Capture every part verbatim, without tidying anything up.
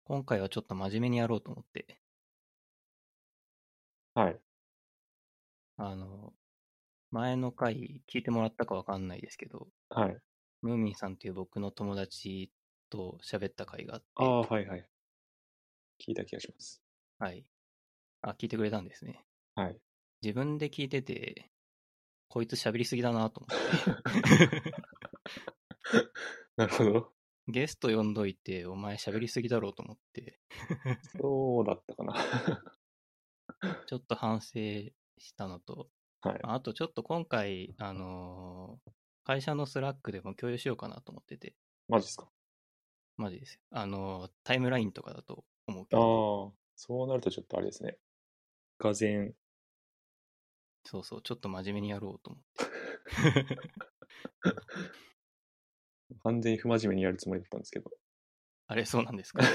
今回はちょっと真面目にやろうと思って、 はい。 あの、前の回聞いてもらったかわかんないですけど、 はい。 ムーミンさんっていう僕の友達と喋った回があって、 ああ、はいはい。聞いた気がします。 はい。あ、聞いてくれたんですね。 はい。 自分で聞いてて、こいつ喋りすぎだなと思って。 なるほど。 ゲスト呼んどいて、お前喋りすぎだろうと思って、 そうだったかな。 ちょっと反省したのと、 はい。 あとちょっと今回、あのー会社のスラックでも共有しようかなと思ってて、 マジっすか。 マジですよ。あの、タイムラインとかだと思うあけど、 あ、そうなるとちょっとあれですね。がぜん。 そうそう、ちょっと真面目にやろうと思って。 完全に不真面目にやるつもりだったんですけど。 あれ、そうなんですか？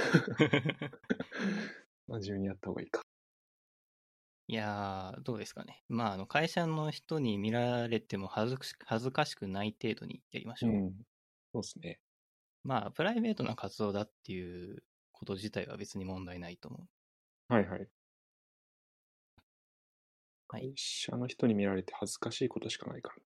真面目にやった方がいいか。 いやー、どうですかね。まあ、あの、会社の人に見られても恥ずかしく恥ずかしくない程度にやりましょうん。そうですね。 う。まあ、プライベートな活動だっていうこと自体は別に問題ないと思う。 はいはい。 はい。 会社の人に見られて恥ずかしいことしかないか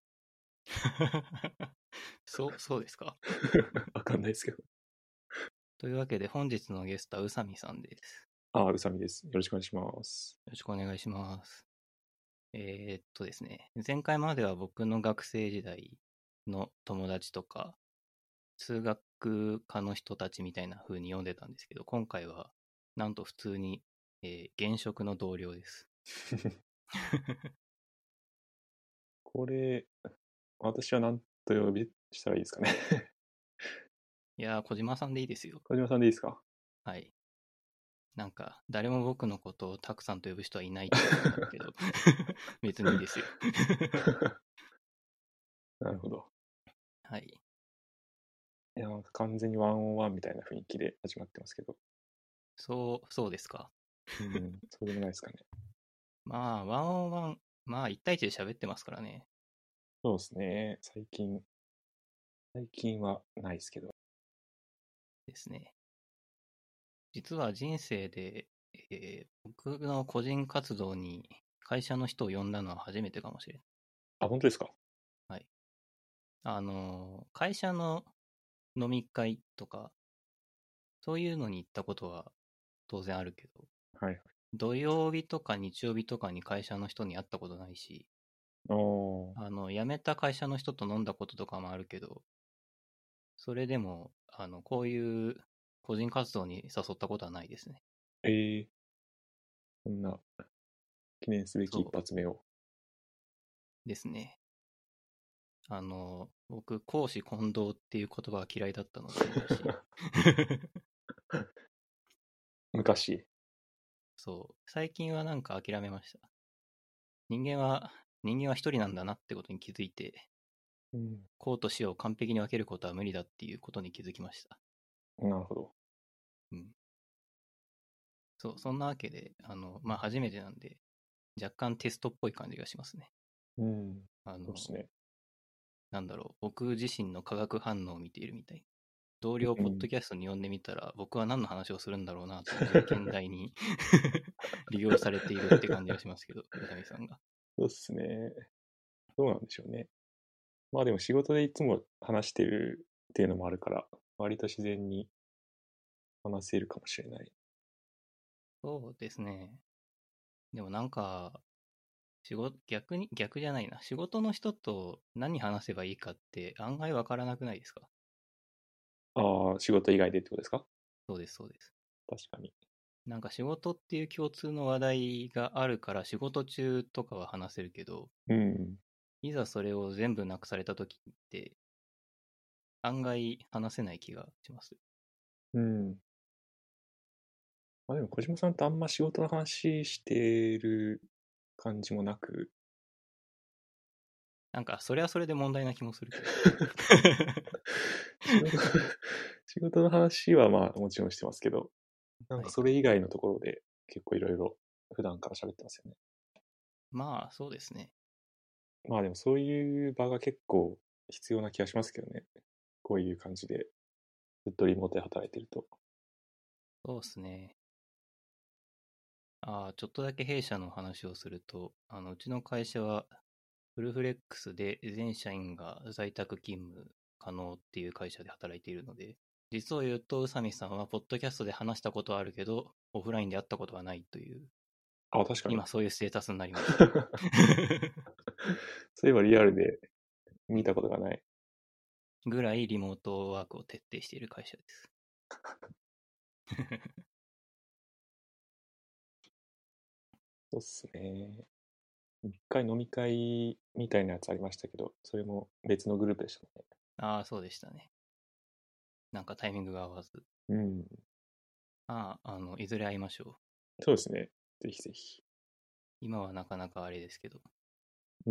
そう、そうですか。 ら。わかんないですけど。 というわけで、本日のゲストは宇佐美さんです。 ああ、うさみです。よろしくお願いします。 よろしくお願いします。えーっとですね、前回までは僕の学生時代の友達とか、数学科の人たちみたいな風に読んでたんですけど、今回はなんと普通に、えー現職の同僚です。 これ、私は何と呼びしたらいいですかね。 いやー、小島さんでいいですよ。 小島さんでいいですか？ はい。なんか、誰も僕のことをたくさんと呼ぶ人はいないって聞いたけど、別にいいですよ。 なるほど。 はい。 いや、なんか完全にワンオンワンみたいな雰囲気で始まってますけど。 そう、そうですか。 うん、そうでもないですかね。 まあ、ワンオンワン、まあ、一対一で喋ってますからね。 そうですね。最近、最近はないですけど。 ですね。実は人生で、えー僕の個人活動に会社の人を呼んだのは初めてかもしれない。 あ、本当ですか？ はい。あの、会社の飲み会とか、そういうのに行ったことは当然あるけど、 はいはい。 土曜日とか日曜日とかに会社の人に会ったことないし、 おー、 あの、辞めた会社の人と飲んだこととかもあるけど、それでも、あの、こういう個人活動に誘ったことはないですね。 えー、こんな記念すべき一そ発目を。 うですね。あの、僕、公私混同っていう言葉が嫌いだったので、昔。 昔。 そう。最近はなんか諦めました。人間は、人間は一人なんだなってことに気づいて、 うん、 公と私を完璧に分けることは無理だっていうことに気づきました。 なるほど。 うん。そう、そんなわけで、あの、まあ、初めてなんで、若干テストっぽい感じがしますね。 うん、 あの、 そうですね。 なんだろう、僕自身の化学反応を見ているみたい。同僚をうん、 ポッドキャストに呼んでみたら、僕は何の話をするんだろうなという実験台に利用されているって感じがしますけど、宇佐美さんが。 そうですね。どうなんでしょうね。まあでも仕事でいつも話してるっていうのもあるから、割と自然に話せるかもしれない。 そうですね。でもなんか、仕事、逆に、逆じゃないな。仕事の人と何話せばいいかって案外わからなくないですか？ ああ、仕事以外でってことですか？ そうです、そうです。 確かに。 なんか仕事っていう共通の話題があるから仕事中とかは話せるけど、 うん。 いざそれを全部なくされた時って案外話せない気がします。 うん。まあでも小島さんとあんま仕事の話してる感じもなく、 なんかそれはそれで問題な気もするけど。 仕事仕事の話はまあもちろんしてますけど、なんかそはいはい。 れ以外のところで結構いろいろ普段から喋ってますよね。 まあそうですね。 まあでもそういう場が結構必要な気がしますけどね。こういう感じでずっとリモートで働いてると。 そうっすね。ああ、ちょっとだけ弊社の話をすると、あの、うちの会社は、フルフレックスで全社員が在宅勤務可能っていう会社で働いているので、実を言うと、宇佐美さんは、ポッドキャストで話したことはあるけど、オフラインで会ったことはないという、 あ、確かに。 今そういうステータスになりました。 そういえばリアルで見たことがない。 ぐらいリモートワークを徹底している会社です。 そうっすね。一回飲み会みたいなやつありましたけど、それも別のグループでしたね。 ああ、そうでしたね。なんかタイミングが合わず。 うん。 ああ、あの、いずれ会いましょう。 そうですね。ぜひぜひ。 今はなかなかあれですけど。 うん。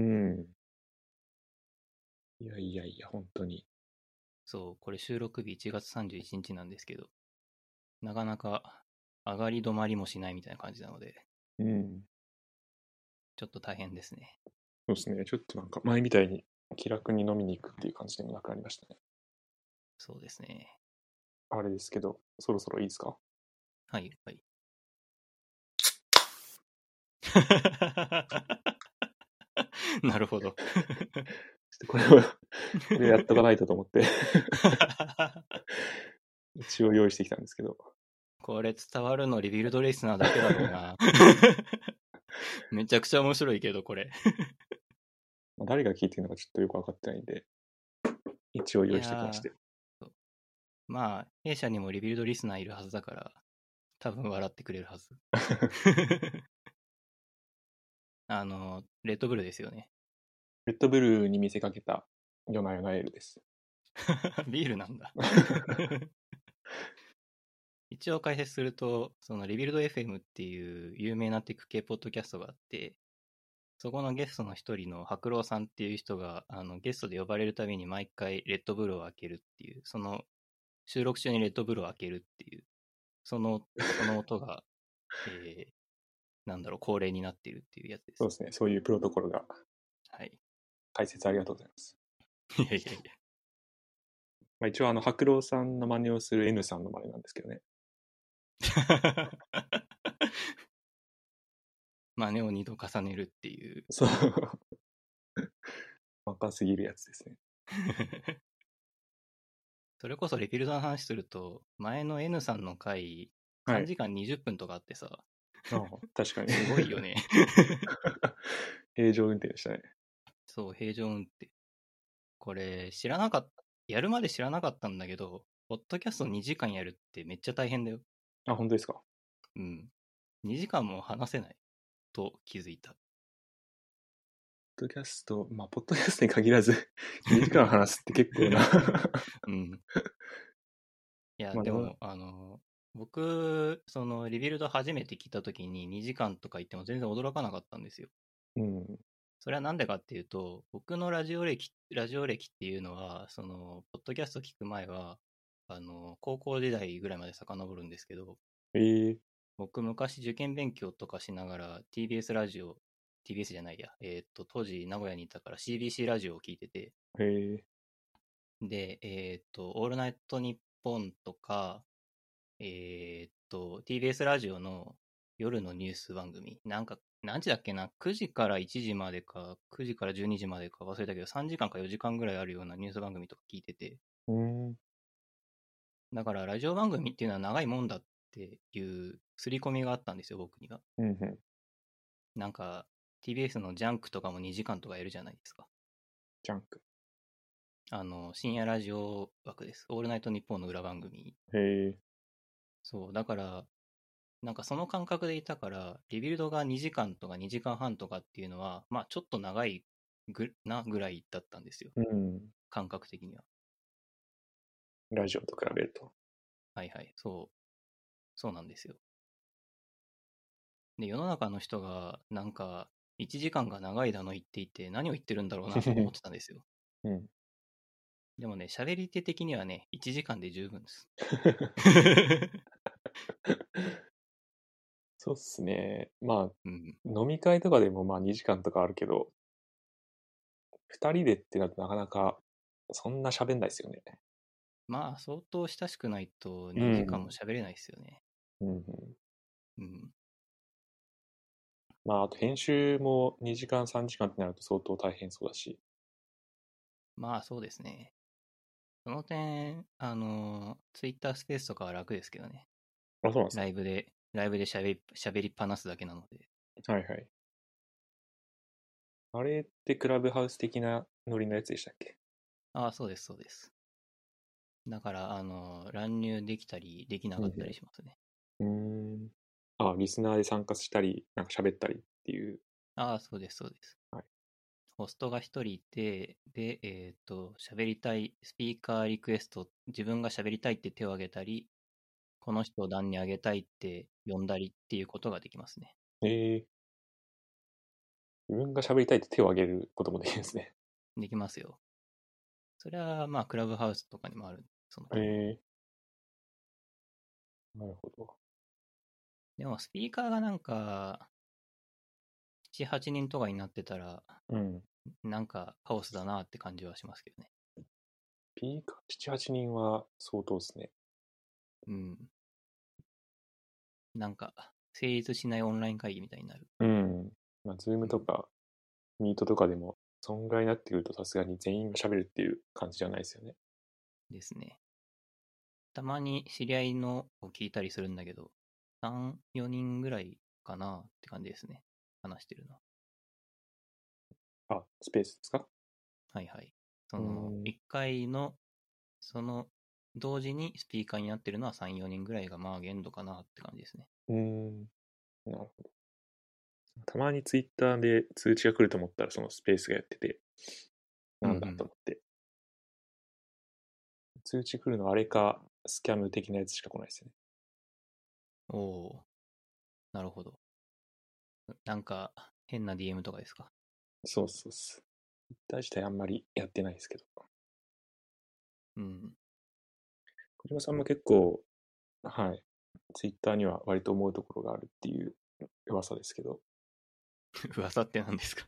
いやいやいや、本当に。 そう、これ収録日いちがつさんじゅういちにちなんですけど、なかなか上がり止まりもしないみたいな感じなので、 うん。 ちょっと大変ですね。 そうですね。ちょっとなんか前みたいに気楽に飲みに行くっていう感じでもなくなりましたね。 そうですね。 あれですけど、そろそろいいですか？ はい、はい。なるほど。 ちょっとこれを、これやっとかないとと思って一応用意してきたんですけど。 これ伝わるのリビルドレイスナーだけだろうな。めちゃくちゃ面白いけど、これ。 まあ誰が聞いてるのかちょっとよくわかってないんで、一応い用意してきましやて。 ー、まあ、弊社にもリビルドリスナーいるはずだから、多分笑ってくれるはず。あの、レッドブルですよね。 レッドブルに見せかけた夜な夜なエールです。 ビールなんだ。一応解説すると、そのリビルド エフエム っていう有名なテック系ポッドキャストがあって、そこのゲストの一人の白郎さんっていう人が、あのゲストで呼ばれるたびに毎回レッドブルを開けるっていう、その収録中にレッドブルを開けるっていう、その、その音が、えー、なんだろう、恒例になっているっていうやつです。 そうですね。そういうプロトコルが。 はい。 解説ありがとうございます。 いやいやいや。 まあ、一応あの白郎さんの真似をする N さんの真似なんですけどね。 真似を二度重ねるっていう。 そう。若すぎるやつですね。 それこそレピルドの話すると、前の N さんの回、3 はい。 時間にじゅっぷんとかあってさ、 ああ、確かに。 すごいよね。 平常運転でしたね。 そう、平常運転。これ、知らなかった、やるまで知らなかったんだけど、ポッドキャストにじかんやるってめっちゃ大変だよ。 あ、本当ですか？ うん。にじかんも話せないと気づいた。 ポッドキャスト、まあ、ポッドキャストに限らずにじかん話すって結構なうん。いや、 まあでも、 でも、あの、僕、その、リビルド初めて聞いたときににじかんとか言っても全然驚かなかったんですよ。 うん、 それはなんでかっていうと、僕のラジオ歴、ラジオ歴っていうのは、その、ポッドキャスト聞く前は、あの、高校時代ぐらいまで遡るんですけど、 ええ僕昔受験勉強とかしながら ティービーエス ラジオ、ティービーエス じゃないや、えーっと、当時名古屋にいたから シービーシー ラジオを聞いてて、 ー、えで、えーっと、オールナイトニッポンとか、えーっと、ティービーエス ラジオの夜のニュース番組、なんか、何時だっけな、くじからいちじまでか、くじからじゅうにじまでか忘れたけど、さんじかんかよじかんぐらいあるようなニュース番組とか聞いてて、 ー、うん、 だからラジオ番組っていうのは長いもんだっていう刷り込みがあったんですよ、僕には。 うん、うん。 なんか、ティービーエス のジャンクとかもにじかんとかやるじゃないですか。 ジャンク。 あの、深夜ラジオ枠です。オールナイトニッポンの裏番組。 へえ、 そう、だから、なんかその感覚でいたから、リビルドがにじかんとかにじかんはんとかっていうのは、まあちょっと長いぐなぐらいだったんですよ。 うん。 感覚的には。 ラジオと比べると。 はいはい。そう。そうなんですよ。で、世の中の人が、なんか、いちじかんが長いだの言っていて、何を言ってるんだろうなとか思ってたんですよ。 うん。 でもね、喋り手的にはね、いちじかんで十分です。 そうっすね。まあ、 うん。 飲み会とかでもまあにじかんとかあるけど、ふたりでってなるとなかなかそんな喋んないですよね。 まあ、相当親しくないとうにじかんもん。 喋れないですよね。 うんうん。 うん。 まあ、あと編集もにじかん、さんじかんってなると相当大変そうだし。 まあそうですね。その点、あの、ツイッタースペースとかは楽ですけどね。 あ、そうなんですか。 ライブで、ライブで喋り、喋りっぱなすだけなので。 はいはい。あれってクラブハウス的なノリのやつでしたっけ？ ああ、そうです、そうです。だから、あの、乱入できたり、できなかったりうんしますね。 うん。うーん。あ、リスナーで参加したり、なんか喋ったりっていう。 ああ、そうです、そうです。 はい。 ホストが一人いて、で、えっと、喋りたい、スピーカーリクエスト、自分が喋りたいって手を挙げたり、この人を段に挙げたいって呼んだりっていうことができますね。 えー、自分が喋りたいって手を挙げることもできるんですね。 できますよ。それは、まあ、クラブハウスとかにもある、その機能。 えー、なるほど。 でも、スピーカーがなんか、なな、はちにんとかになってたら、 うん。 なんかカオスだなって感じはしますけどね。 ピーカーなな、はちにんは相当ですね。 うん。なんか、成立しないオンライン会議みたいになる。 うん。まあ、ズーうん。 ムとか、ミートとかでも、そんぐらいになってくるとさすがに全員が喋るっていう感じじゃないですよね。 ですね。たまに知り合いのを聞いたりするんだけど、さん、よにんぐらいかなって感じですね。話してるのは。 あ、スペースですか？ はいはい。そうーの、 ん。 いっかいの、その、同時にスピーカーになってるのはさん、よにんぐらいがまあ限度かなって感じですね。 うーん。なるほど。たまにツイッターで通知が来ると思ったら、そのスペースがやってて、なんだとうんうん。 思って。通知来るのあれか、スキャム的なやつしか来ないですよね。 おお、なるほど。なんか、変な ディーエム とかですか？ そうそうそう。ツイッター自体あんまりやってないですけど。 うん。 小島さんも結構、はい、ツイッターには割と思うところがあるっていう噂ですけど。 噂って何ですか？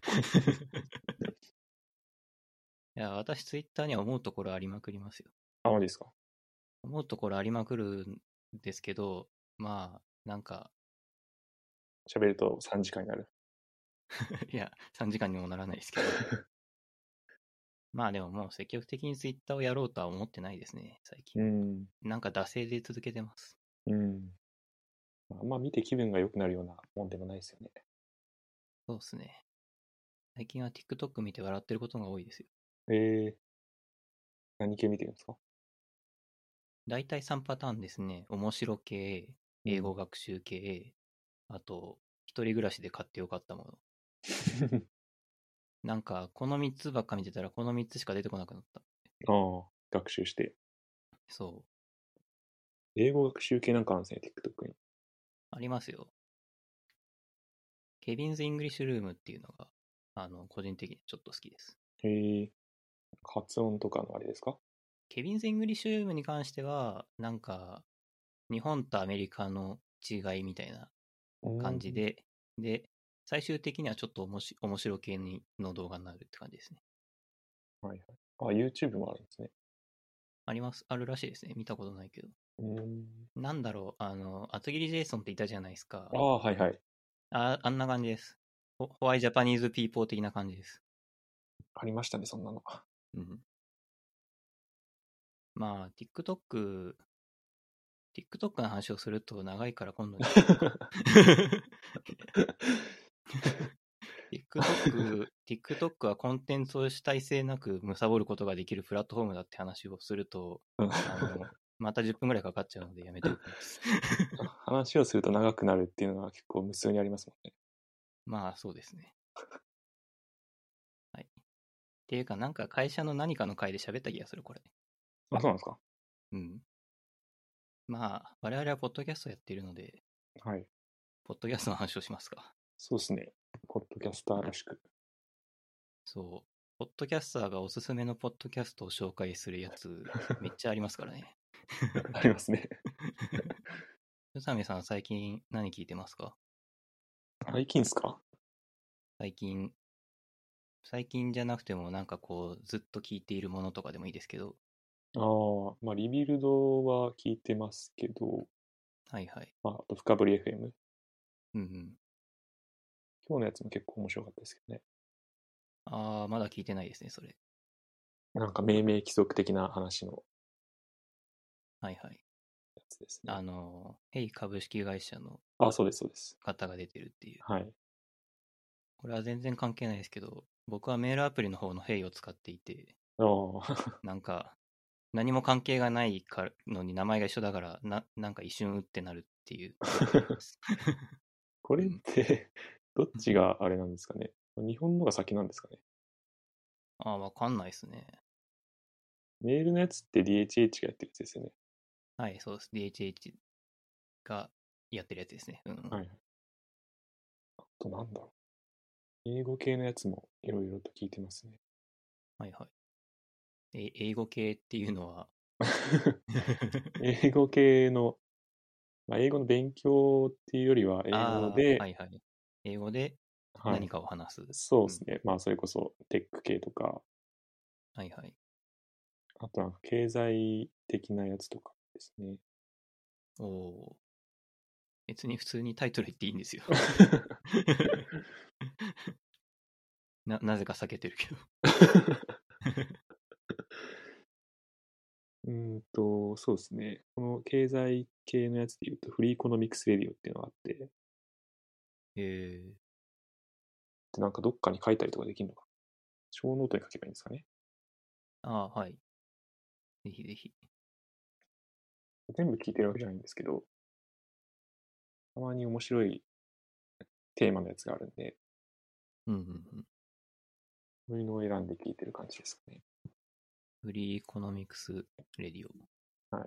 いや、私、ツイッターには思うところありまくりますよ。 あ、マジですか？ 思うところありまくるんですけど、まあ、なんか、 喋るとさんじかんになる。 いや、さんじかんにもならないですけど、まあでももう積極的にツイッターをやろうとは思ってないですね、最近。 うん。 なんか惰性で続けてます。 うん。あんま見て気分が良くなるようなもんでもないですよね。 そうですね。最近は TikTok 見て笑ってることが多いですよ。 えー、何系見てるんですか？ 大体さんパターンですね。面白系、 うん。 英語学習系、あと、一人暮らしで買ってよかったもの。なんか、このみっつばっか見てたら、このみっつしか出てこなくなった。 ああ、学習して。 そう。 英語学習系なんかあるんですね、TikTok に。 ありますよ。ケビンズ・イングリッシュルームっていうのが、あの、個人的にちょっと好きです。 へえ、発音とかのあれですか？ ケビンズ・イングリッシュルームに関しては、なんか、日本とアメリカの違いみたいなうん。 感じで、で、最終的にはちょっとおもし面白系にの動画になるって感じですね。 はいはい。あ、YouTube もあるんですね。 あります、あるらしいですね。見たことないけど。 うん。 なんだろう、あの、厚切りジェイソンっていたじゃないですか。 ああ、はいはい。 あ、あんな感じです。ホホワイジャパニーズピーポー的な感じです。 ありましたね、そんなの。 うん。まあ、TikTok、TikTok の話をすると長いから今度にしようか。TikTok、TikTok はコンテンツを主体性なく貪ることができるプラットフォームだって話をすると、 うんあの、またじゅっぷんぐらいかかっちゃうのでやめておきます。 話をすると長くなるっていうのは結構無数にありますもんね。 まあ、そうですね。はい。っていうか、なんか会社の何かの会で喋った気がする、これ。 あ、そうなんですか？ うん。まあ、我々はポッドキャストやっているので、 はい。 ポッドキャストの話をしますか。 そうですね。ポッドキャスターらしく。 そう。ポッドキャスターがおすすめのポッドキャストを紹介するやつ、めっちゃありますからね。 ありますね。 宇佐美さん、最近何聞いてますか？ 最近っすか？ 最近、最近じゃなくてもなんかこう、ずっと聞いているものとかでもいいですけど。 ああ、まあ、リビルドは聞いてますけど、 はいはい。 まあ、あと深掘り エフエム。 うんうん。 今日のやつも結構面白かったですけどね。 ああ、まだ聞いてないですね、それ。 なんか命名規則的な話のはいはい。 やつですね。 あの、ヘイ株式会社のあ、そうです、そうです。 方が出てるっていう。 はい。 これは全然関係ないですけど、僕はメールアプリの方のヘイを使っていて、 ああ、 なんか、何も関係がないかのに名前が一緒だから、な、なんか一瞬打ってなるっていうやつがあります。 これっうん。 てどっちがあれなんですかね。日本のが先なんですかね。 ああ、わかんないですね。 メールのやつって ディーエイチエイチ がやってるやつですよね。 はい、そうです。ディーエイチエイチ がやってるやつですね。うん。 はい。あとなんだろう。英語系のやつもいろいろと聞いてますね。 はいはい。え、英語系っていうのは英語系の、まあ、英語の勉強っていうよりは、英語ああ、はで、 いはい。英語ではい。 何かを話す。うん。 そうですね。まあ、それこそテック系とか、 はいはい。 あとなんか経済的なやつとかですね。 おお。別に普通にタイトル言っていいんですよ。な、なぜか避けてるけど。 うーんと、そうですね。この経済系のやつで言うと、フリーコノミクスレディオっていうのがあって、 えでなんかどっかに書いたりとかできるのか。小ノートに書けばいいんですかね。 ー、ああ、はい。ぜひぜひ。 全部聞いてるわけじゃないんですけど、たまに面白いテーマのやつがあるんで、 うんうんうん。 そういうのを選んで聞いてる感じですかね。 フリーコノミクスレディオ。 はい。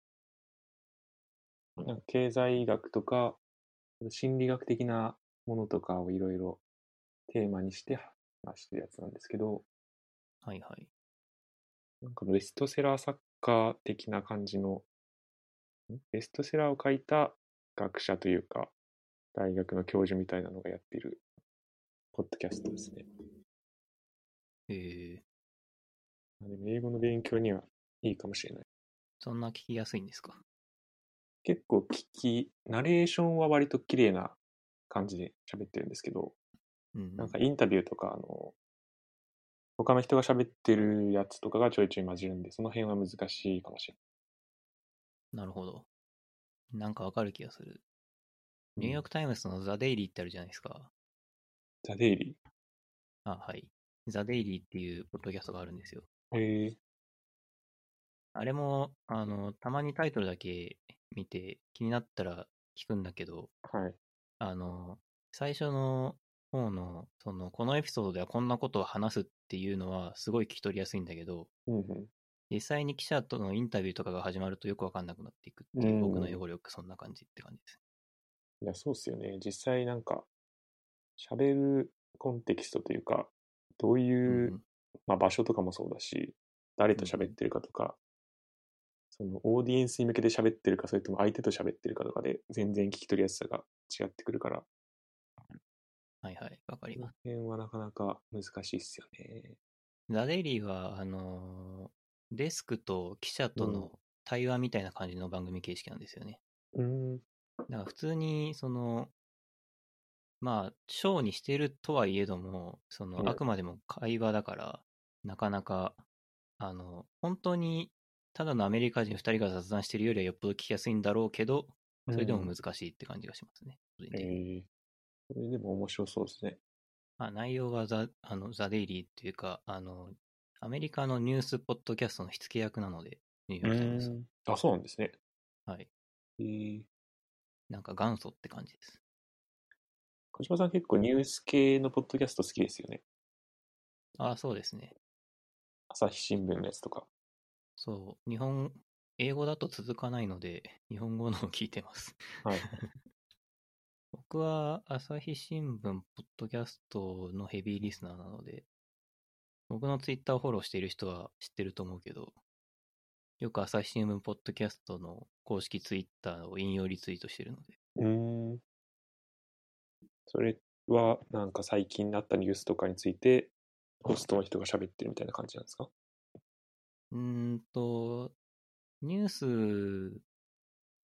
なんか経済学とか、心理学的なものとかをいろいろテーマにして話してるやつなんですけど、 はいはい。 なんかベストセラー作家的な感じの、ベストセラーを書いた学者というか、大学の教授みたいなのがやっているポッドキャストですね。 えー、 でも英語の勉強にはいいかもしれない。 そんな聞きやすいんですか？ 結構聞き、ナレーションは割と綺麗な感じで喋ってるんですけど、 うんうん。 なんかインタビューとか、あの、他の人が喋ってるやつとかがちょいちょい混じるんで、その辺は難しいかもしれなるほど。なんかわかる気がする。 ない。うん。 ニューヨークタイムズのザ・デイリーってあるじゃないですか。 ザ・デイリあ、はい。ザ・デイリーっていうポッドキャストがあるんですよ。 ー。へえあれも、あの、たまにタイトルだけ見て気になったら聞くんだけど、 ー、はい。 あの、最初の方の、その、このエピソードではこんなことを話すっていうのはすごい聞き取りやすいんだけど、 うんう実際に記者とのインタビューとかが始まるとよくわかんなくなっていくっん。 ていう、僕のうん。 英語力そんな感じって感じです。 いや、そうっすよね。実際なんか、喋るコンテキストというか、どういう、 うんうん。 まあ、場所とかもそうだし、誰うんうん。 と喋ってるかとか、そのオーディエンスに向けて喋ってるか、それとも相手と喋ってるかとかで全然聞き取りやすさが違ってくるから、 はいはい、わかりこのます。 辺はなかなか難しいっすよね。 ザ・デイリーは、あのーデスクと記者うん。 との対話みたいな感じの番組形式なんですよね。 うん。 だから普通に、その、まあ、ショーにしているとはいえども、その、あはい。 くまでも会話だから、なかなか、あの、本当に、ただのアメリカ人ふたりが雑談してるよりはよっぽど聞きやすいんだろうけど、それでもうん。 難しいって感じがしますね、個人え的に。 ー、これでも面白そうですね。 まあ、内容はザ、あの、ザ・デイリーっていうか、あの、アメリカのニュースポッドキャストの火付け役なので、ニューヨうークタイムズ。 ん。あ、そうなんですね。 はい。 えー、 なんか元祖って感じです。 小島さん結構ニュース系のポッドキャスト好きですよね。 ああ、そうですね。 朝日新聞のやつとか。 そう、日本、英語だと続かないので、日本語のを聞いてます。 はい。 僕は朝日新聞ポッドキャストのヘビーリスナーなので、僕のツイッターをフォローしている人は知ってると思うけど、よく朝日新聞ポッドキャストの公式ツイッターを引用リツイートしてるので、 うーん。それはなんか最近あったニュースとかについて、ホストの人が喋ってるみたいな感じなんですか？ うーんと、ニュース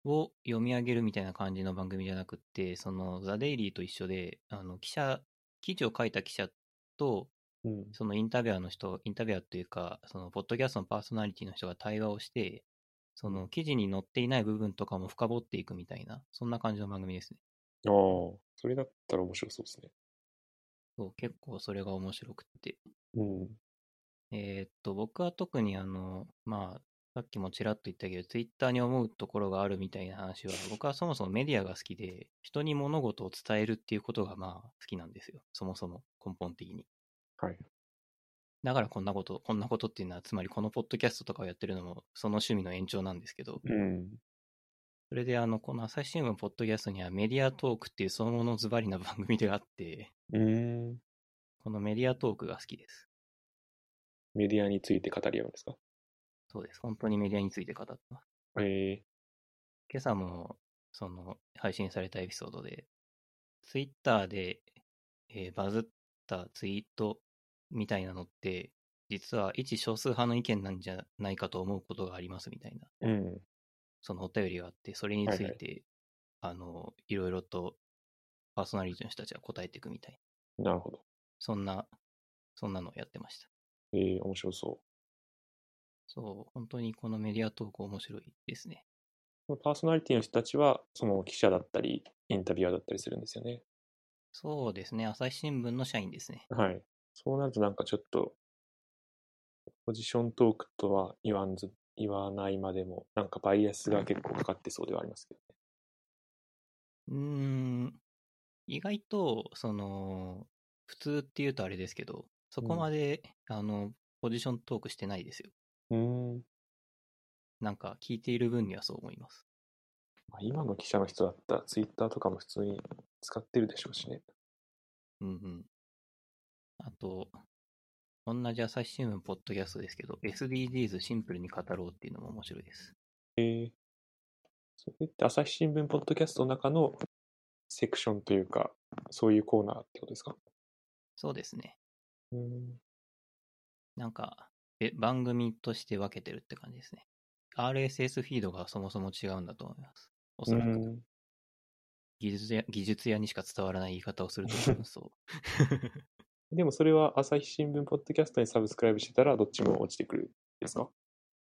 を読み上げるみたいな感じの番組じゃなくって、そのザ・デイリーと一緒で、あの記者、記事を書いた記者と、 うん。 そのインタビュアーの人、インタビュアーというか、そのポッドキャストのパーソナリティの人が対話をして、そうん、 の記事に載っていない部分とかも深掘っていくみたいな、そんな感じの番組ですね。 ああ、それだったら面白そうですね。 そう、結構それが面白くって。 うん。 えーっと、僕は特にあの、まあ、さっきもちらっと言ったけど、ツイッターに思うところがあるみたいな話は、僕はそもそもメディアが好きで、人に物事を伝えるっていうことがまあ好きなんですよ。そもそも根本的に。 はい。 だからこんなこと、こんなことっていうのは、つまりこのポッドキャストとかをやってるのも、その趣味の延長なんですけど、 うん。 それであの、この朝日新聞ポッドキャストにはメディアトークっていうそのものズバリな番組であって、 うーん。 このメディアトークが好きです。 メディアについて語り合うんですか？ そうです。本当にメディアについて語ってます。 ええ、 今朝も、その、配信されたエピソードで、ツイッターで、えーバズったツイートみたいなのって、実は一少数派の意見なんじゃないかと思うことがありますみたいな、 うん。 そのお便りがあって、それにはいはい。 ついて、あの、いろいろとパーソナリティの人たちが答えていくみたいな、 なるほど。 そんな、そんなのをやってました。 ええ、面白そそう、本当にこのメディアトーク面白いですね。 う。パーソナリティの人たちは、その記者だったり、インタビュアーだったりするんですよね。 そうですね、朝日新聞の社員ですね。 はい。そうなるとなんかちょっと、ポジショントークとは言わんず、言わないまでも、なんかバイアスが結構かかってそうではありますけどね。 うーん、意外と、その、普通っていうとあれですけど、そこまで、あの、ポジショントークしてないですよ。 うん。うーん。 なんか、聞いている分にはそう思います。 まあ、今の記者の人だったら、ツイッターとかも普通に使ってるでしょうしね。 うんうん。あと、同じ朝日新聞ポッドキャストですけど、エスディージーズ シンプルに語ろうっていうのも面白いです。 ええ、それって朝日新聞ポッドキャストの中のセクションというか、そういうコーナーってことですか？ そうですね。 うん。 なんか、え番組として分けてるって感じですね。アールエスエス フィードがそもそも違うんだと思います。おうそらく。 ん。 技術や、技術屋にしか伝わらない言い方をすると多分そう。 でもそれは朝日新聞ポッドキャストにサブスクライブしてたらどっちも落ちてくるですか？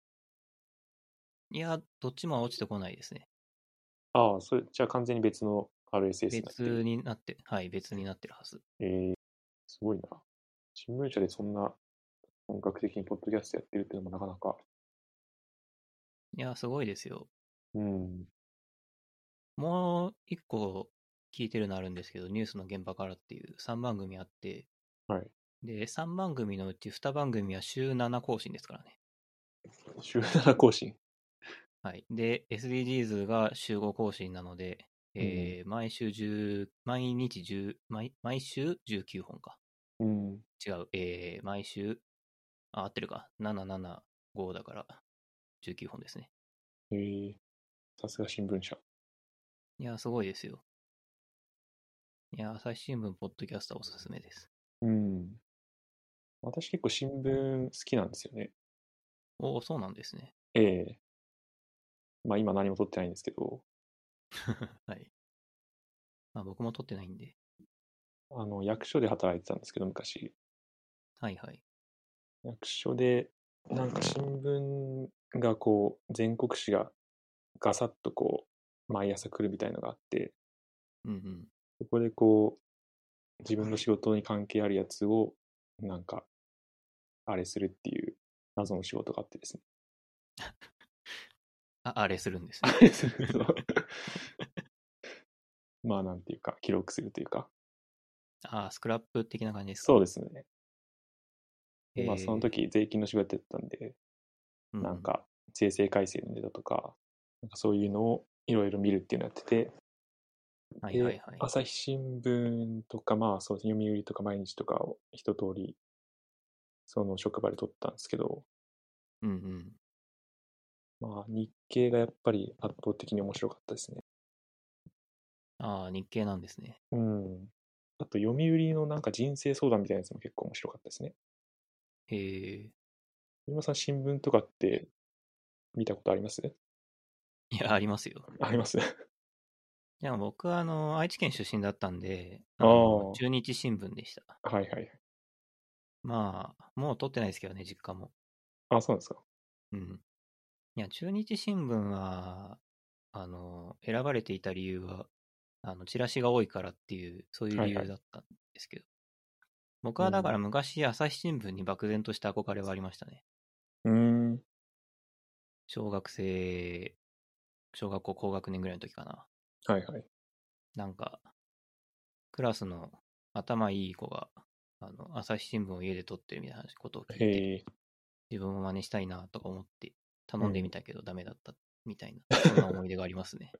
いや、どっちも落ちてこないですね。 ああ、それ、じゃあ完全に別の アールエスエス になって別る。 になって、はい、別になってるはず。 えー、すごいな。新聞社でそんな本格的にポッドキャストやってるっていうのもなかなか。 いや、すごいですよ。 うん。 もう一個聞いてるのあるんですけど、ニュースの現場からっていうさんばん組あって、 はい。 で、さんばん組のうちにばん組は週なな更新ですからね。 週なな更新。 はい。で、エスディージーズ が週ご更新なので、 うん。 えー、毎週じゅう、毎日じゅう、毎、毎週じゅうきゅうほんか。 うん。 違う。えー、毎週、あ、合ってるか。ななななごだからじゅうきゅうほんですね。 えー、さすが新聞社。 いや、すごいですよ。いや、朝日新聞ポッドキャストはおすすめです。 うん。私結構新聞好きなんですよね。 おお、そうなんですね。 ええ、まあ今何も撮ってないんですけど、 はい。まあ僕も撮ってないんで。 あの、役所で働いてたんですけど、昔。 はいはい。 役所で、なんか新聞がこう、全国紙がガサッとこう、毎朝来るみたいのがあって、 うんうん。 そこでこう、自分の仕事に関係あるやつを、なんか、あれするっていう謎の仕事があってですね。 あ、あれするんですあね。 れする、そう。まあなんていうか、記録するというか。 あ、スクラップ的な感じですか。 そうですね。で、まあそのえ時税金の仕事やってたんで、 ー、うんうん。 なんか税制改正のネタとか、なんかそういうのをいろいろ見るっていうのをやってて、 はいはいで、 はい。 朝日新聞とか、まあそうですね、読売とか毎日とかを一通り、その職場で取ったんですけど、 うんうん。 まあ日経がやっぱり圧倒的に面白かったですね。 ああ、日経なんですね。 うん。あと読売のなんか人生相談みたいなやつも結構面白かったですね。 へえ。 小島さん新聞とかって見たことあります？ いや、ありますよ。 あります。 でも僕はあの愛知県出身だったんで、 ああのあ、は中日新聞でした。 いはいはい。 まあ、もう取ってないですけどね、実家も。 あ、そうなんですか。 うん。いや、中日新聞は、あの、選ばれていた理由は、あの、チラシが多いからっていう、そういう理はいはい。 由だったんですけど。僕はだからうん。 昔、朝日新聞に漠然とした憧れはありましたね。 うーん。 小学生、小学校高学年ぐらいの時かな。 はいはい。 なんか、クラスの頭いい子が、あの、朝日新聞を家で撮ってるみたいなことを聞いて、 へえ。 自分も真似したいなとか思って頼んでみうん。 たけどダメだったみたいな、そんな思い出がありますね。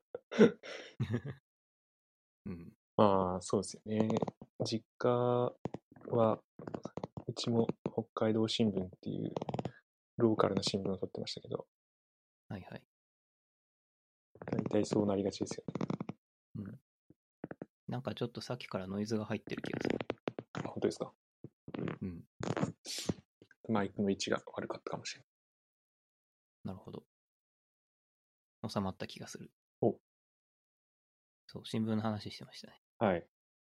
うん。 まあ、そうですよね。実家は、うちも北海道新聞っていうローカルな新聞を取ってましたけど、 はいはい。 大体そうなりがちですよね。 うん。なんかちょっとさっきからノイズが入ってる気がする。 あ、本当ですか。 うん。 マイクの位置が悪かったかもしれなるほど。収まった気がする。 ない。 そう、新聞の話してましたね。 お、はい。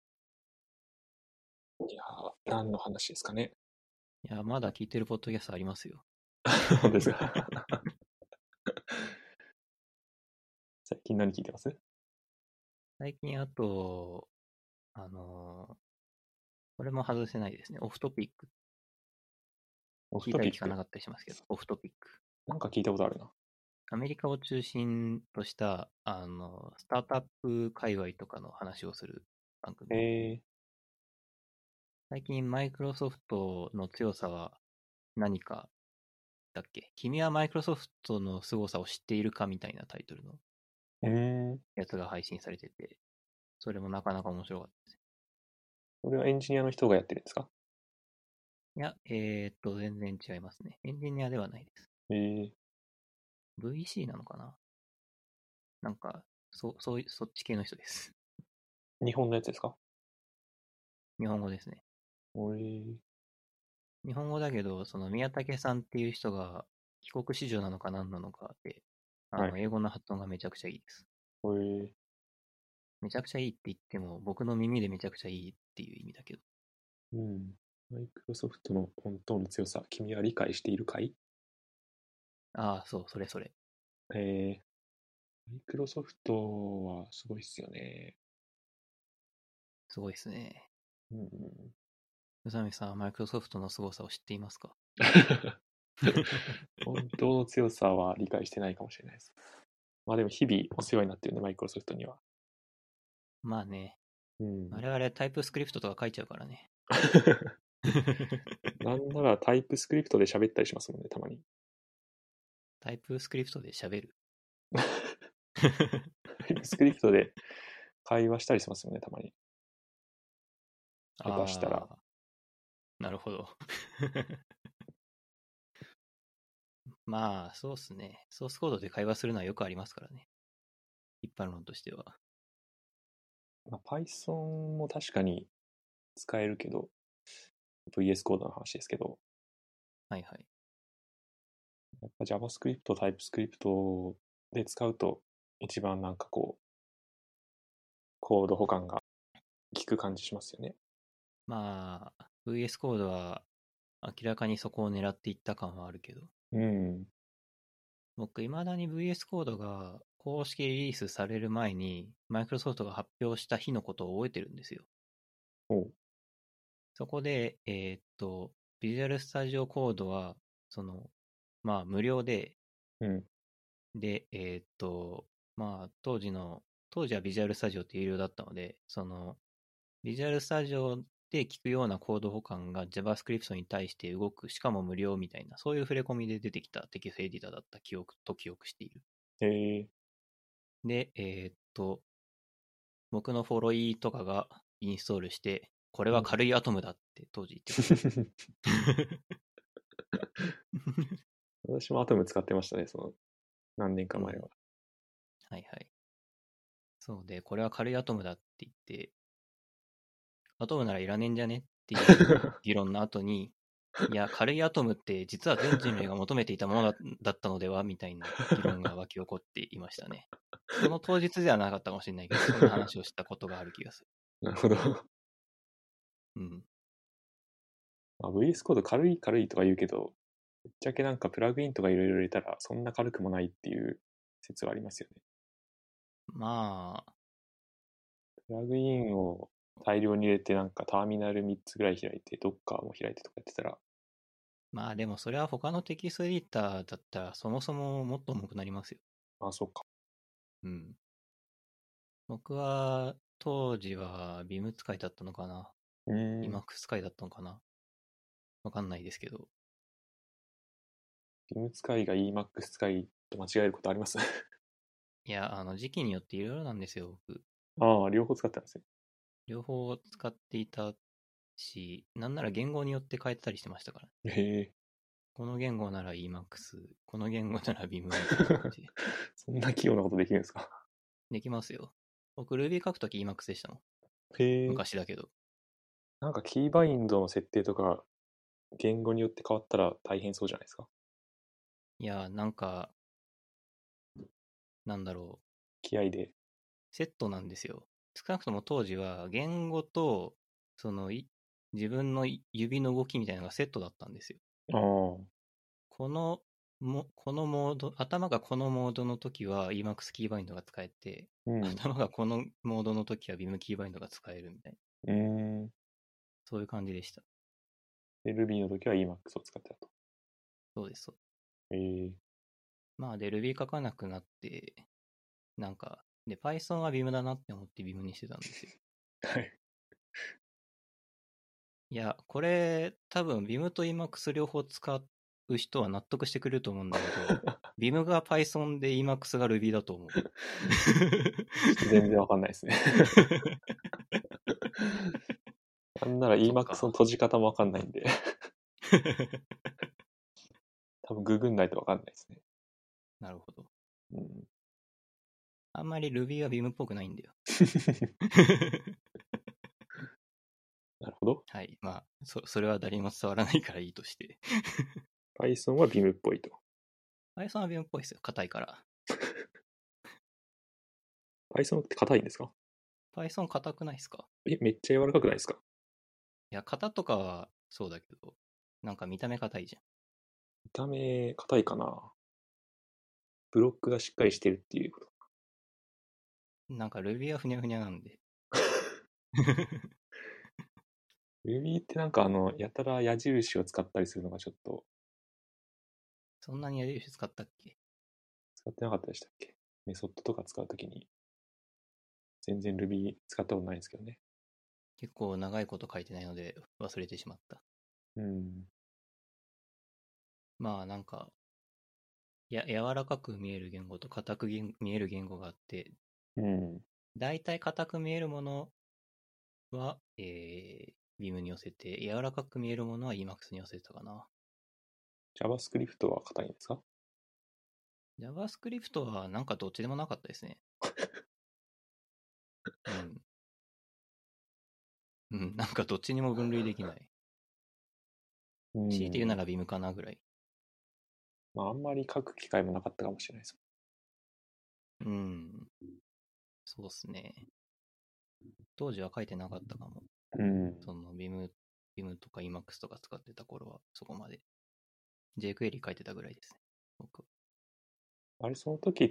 いやー、何の話ですかね。 いや、まだ聞いてるポッドキャストありますよ。 本当ですか。最近何聞いてます？ 最近あと、あのーこれも外せないですね。オフトピック。 オフ聞いトピック。 たり聞かなかったりしますけど、オフトピック。 なんか聞いたことあるな。 アメリカを中心とした、あの、スタートアップ界隈とかの話をする番組。 え最近、マイクロソフトの強さは何かだっけ？君はマイクロソフトの凄さを知っているかみたいなタイトルのー、うーん。 やつが配信されてて、それもなかなか面白かったです。 これはエンジニアの人がやってるんですか？ いや、えーっと、全然違いますね。エンジニアではないです。 えー、 ブイシー なのかな？なんか、そう、そうい、そっち系の人です。 日本のやつですか？ 日本語ですね。 えー、 日本語だけど、その宮武さんっていう人が帰国子女なのか何なのかで、あはい。 の、英語の発音がめちゃくちゃいいです。 えー、 めちゃくちゃいいって言っても、僕の耳でめちゃくちゃいいっていう意味だけど。 うん。マイクロソフトの本当の強さ、君は理解しているかい？ ああ、そう、それそれ。 えー、マイクロソフトはすごいっすよね。 すごいですね。 うん。 宇佐美さんはマイクロソフトの凄さを知っていますか？ 本当の強さは理解してないかもしれないです。まあでも日々お世話になってるね、マイクロソフトには。 まあね、 うん。 我々タイプスクリプトとか書いちゃうからね。 なんならタイプスクリプトで喋ったりしますもんね、たまに。 タイプスクリプトで喋る。 タイプスクリプトで会話したりしますよね、たまに。下手したら。 ああ、なるほど。まあ、そうっすね。ソースコードで会話するのはよくありますからね。一般論としては。 まあ、Python も確かに使えるけど、ブイエス コードの話ですけど、 はいはい。 やっぱ JavaScript、TypeScript で使うと一番なんかこう、コード保管が効く感じしますよね。 まあ、ブイエス コードは明らかにそこを狙っていった感はあるけど、 うん。 僕、未だに ブイエス コードが公式リリースされる前に、マイクロソフトが発表した日のことを覚えてるんですよ。 おう。 そこで、えーっと、ビジュアルスタジオコードは、その、まあ、無料で、 うん。 で、えーっと、まあ、当時の、当時はビジュアルスタジオって有料だったので、その、ビジュアルスタジオで聞くようなコード保管が JavaScript に対して動く、しかも無料みたいな、そういう触れ込みで出てきたテキストエディターだった記憶と記憶している。 へえ。 で、えーっと、僕のフォロイーとかがインストールして、これうん。 は軽いアトムだって当時言ってました。 私もアトム使ってましたね、その何年かうん。 前は。 はいはい。そうで、これは軽いアトムだって言って、アトムならいらねえんじゃねっていう議論の後に、 いや、軽いアトムって実は全人類が求めていたものだだったのではみたいな議論が湧き起こっていましたね。その当日ではなかったかもしれないけど、そんな話をしたことがある気がする。 なるほど。 うん。 まあ、ブイエス コード軽い軽いとか言うけど、ぶっちゃけなんかプラグインとかいろいろ入れたらそんな軽くもないっていう説はありますよね。 まあ、 プラグインを大量に入れてなんかターミナルみっつぐらい開いて、ドッカーも開いてとかやってたら、 まあでもそれは他のテキストエディターだったらそもそももっと重くなりますよ。 あ、そっか。 うん。僕は当時はビーム使いだったのかな。 うーん。 イマックス使いだったのかな。わかんないですけど。 ビーム使いが Emacs 使いと間違えることあります？ いや、あの時期によっていろいろなんですよ、僕。 ああ、両方使ってたんですね。 両方使っていたし、なんなら言語によって変えてたりしてましたから。 へえ。 この言語なら Emacs、この言語なら Vim みたいな感じで。 そんな器用なことできるんですか？ できますよ。僕 Ruby 書くとき Emacs でしたもん。 へえ。 昔だけど。 なんかキーバインドの設定とか言語によって変わったら大変そうじゃないですか。 いや、なんか、なんだろう。 気合で。 セットなんですよ。少なくとも当時は言語と、そのい自分の指の動きみたいなのがセットだったんですよ。 ああ。 このも、このモード、頭がこのモードの時は Emacs キーバインドが使えて、 うん。 頭がこのモードの時は Vim キーバインドが使えるみたいな。 うーん。 そういう感じでした。 で、Ruby の時は Emacs を使ってたと。 そうです。そうへえ。 まあ、で、Ruby 書かなくなって、なんか、で、Python は Vim だなって思って Vim にしてたんですよ。 はい。 いや、これ、多分 Vim と Emacs 両方使う人は納得してくれると思うんだけど、Vim が Python で Emacs が Ruby だと思う。 全然わかんないですね。なんならそっ Emacs のか。 閉じ方もわかんないんで、多分ググんないとわかんないですね。 なるほど。 うん。 あんまり Ruby は Vim っぽくないんだよ。 なるほど。 はい。まあ、そ、それは誰にも伝わらないからいいとして。 Python は Vim っぽいと。 Python は Vim っぽいですよ。硬いから。 Python って硬いんですか？ Python 硬くないですか？ え、めっちゃ柔らかくないですか？ いや、型とかはそうだけど、なんか見た目硬いじゃ見た目硬いかな。ブロックがしっかりしてるっていうこと。 ん。なんか Ruby はふにゃふにゃなんで。 Ruby ってなんかあの、やたら矢印を使ったりするのがちょっとそんなに矢印使ったっけ？ 使ってなかったでしたっけ？メソッドとか使うときに全然 Ruby 使ったことないんですけどね。 結構長いこと書いてないので忘れてしまった。 うん。 まあなんか、や、柔らかく見える言語と硬く言見える言語があって、 うん。 だいたい硬く見えるものは、えー、Vim に寄せて、柔らかく見えるものは Emacs に寄せてたかな。 JavaScript は硬いんですか？ JavaScript はなんかどっちでもなかったですね。うん。うん、なんかどっちにも分類できない。 う強いて言うなん。 ら Vim かなぐらい。 まあ、あんまり書く機会もなかったかもしれないです。 うん。そうっすね。当時は書いてなかったかも。 うん。 その Vim、Vim とか Emacs とか使ってた頃はそこまで。jQuery 書いてたぐらいですね。僕。 あれ、その時って、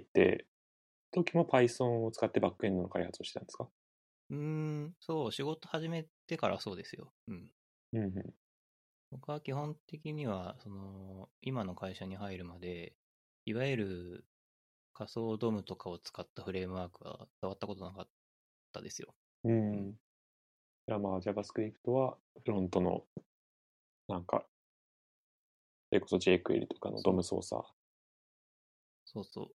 時も Python を使ってバックエンドの開発をしてたんですか？ うーん、そう、仕事始めてからそうですよ。うん。 うんう僕は基本的には、その、今の会社に入るまで、いわゆる仮想ドムとかを使ったフレームワークは触ったことなかったですよ。 ん。ううん。 ん。じゃあまあ JavaScript はフロントのなんか、それこそ jQuery とかのドそう、 ム操作。 そうそう。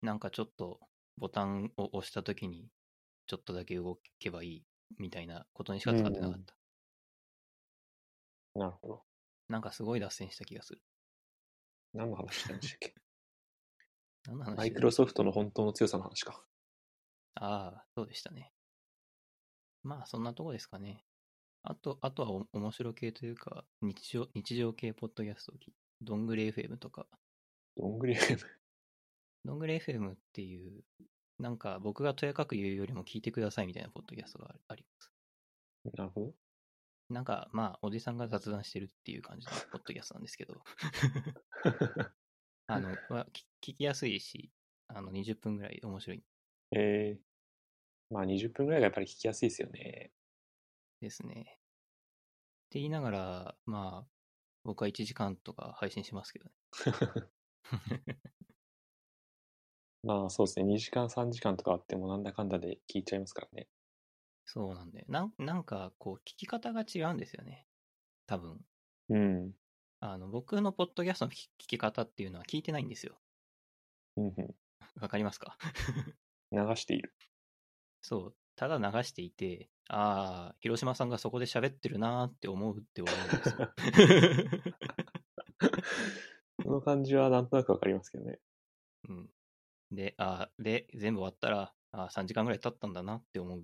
なんかちょっとボタンを押したときに、ちょっとだけ動けばいいみたいなことにしか使ってなかっうん。 た。 なるほど。 なんかすごい脱線した気がする。 何の話してましたっけ？ 何の話マイクしてたっけ？ ロソフトの本当の強さの話か。 ああ、そうでしたね。まあ、そんなとこですかね。 あと、あとはお面白系というか、日常、日常系ポッドキャストを聞いどんぐり エフエム とか、 どんぐり エフエム。 どんぐり エフエム っていう、なんか僕がとやかく言うよりも聞いてくださいみたいなポッドキャストがあります。 なるほど。 なんか、まあ、おじさんが雑談してるっていう感じのポッドキャストなんですけど、あの、は聞聞きやすいし、あの、にじゅっぷんぐらい面白いえー、まあにじゅっぷんぐらいがやっぱり聞きやすいですよね。 ですね。って言いながら、まあ、僕はいちじかんとか配信しますけどね。 まあそうですね。にじかんさんじかんとかあってもなんだかんだで聞いちゃいますからね。 そうなんで、なんなんか、こう、聞き方が違うんですよね。多分。 うん。 あの、僕のポッドキャストの聞き聞き方っていうのは聞いてないんですよ。 うんうん。 わかりますか？ 流している。 そう。ただ流していて、ああ、広島さんがそこで喋ってるなーって思うって思うんですよ。 その感じはなんとなくわかりますけどね。 うん。で、ああ、で、全部終わったら、ああ、さんじかんぐらい経ったんだなって思う。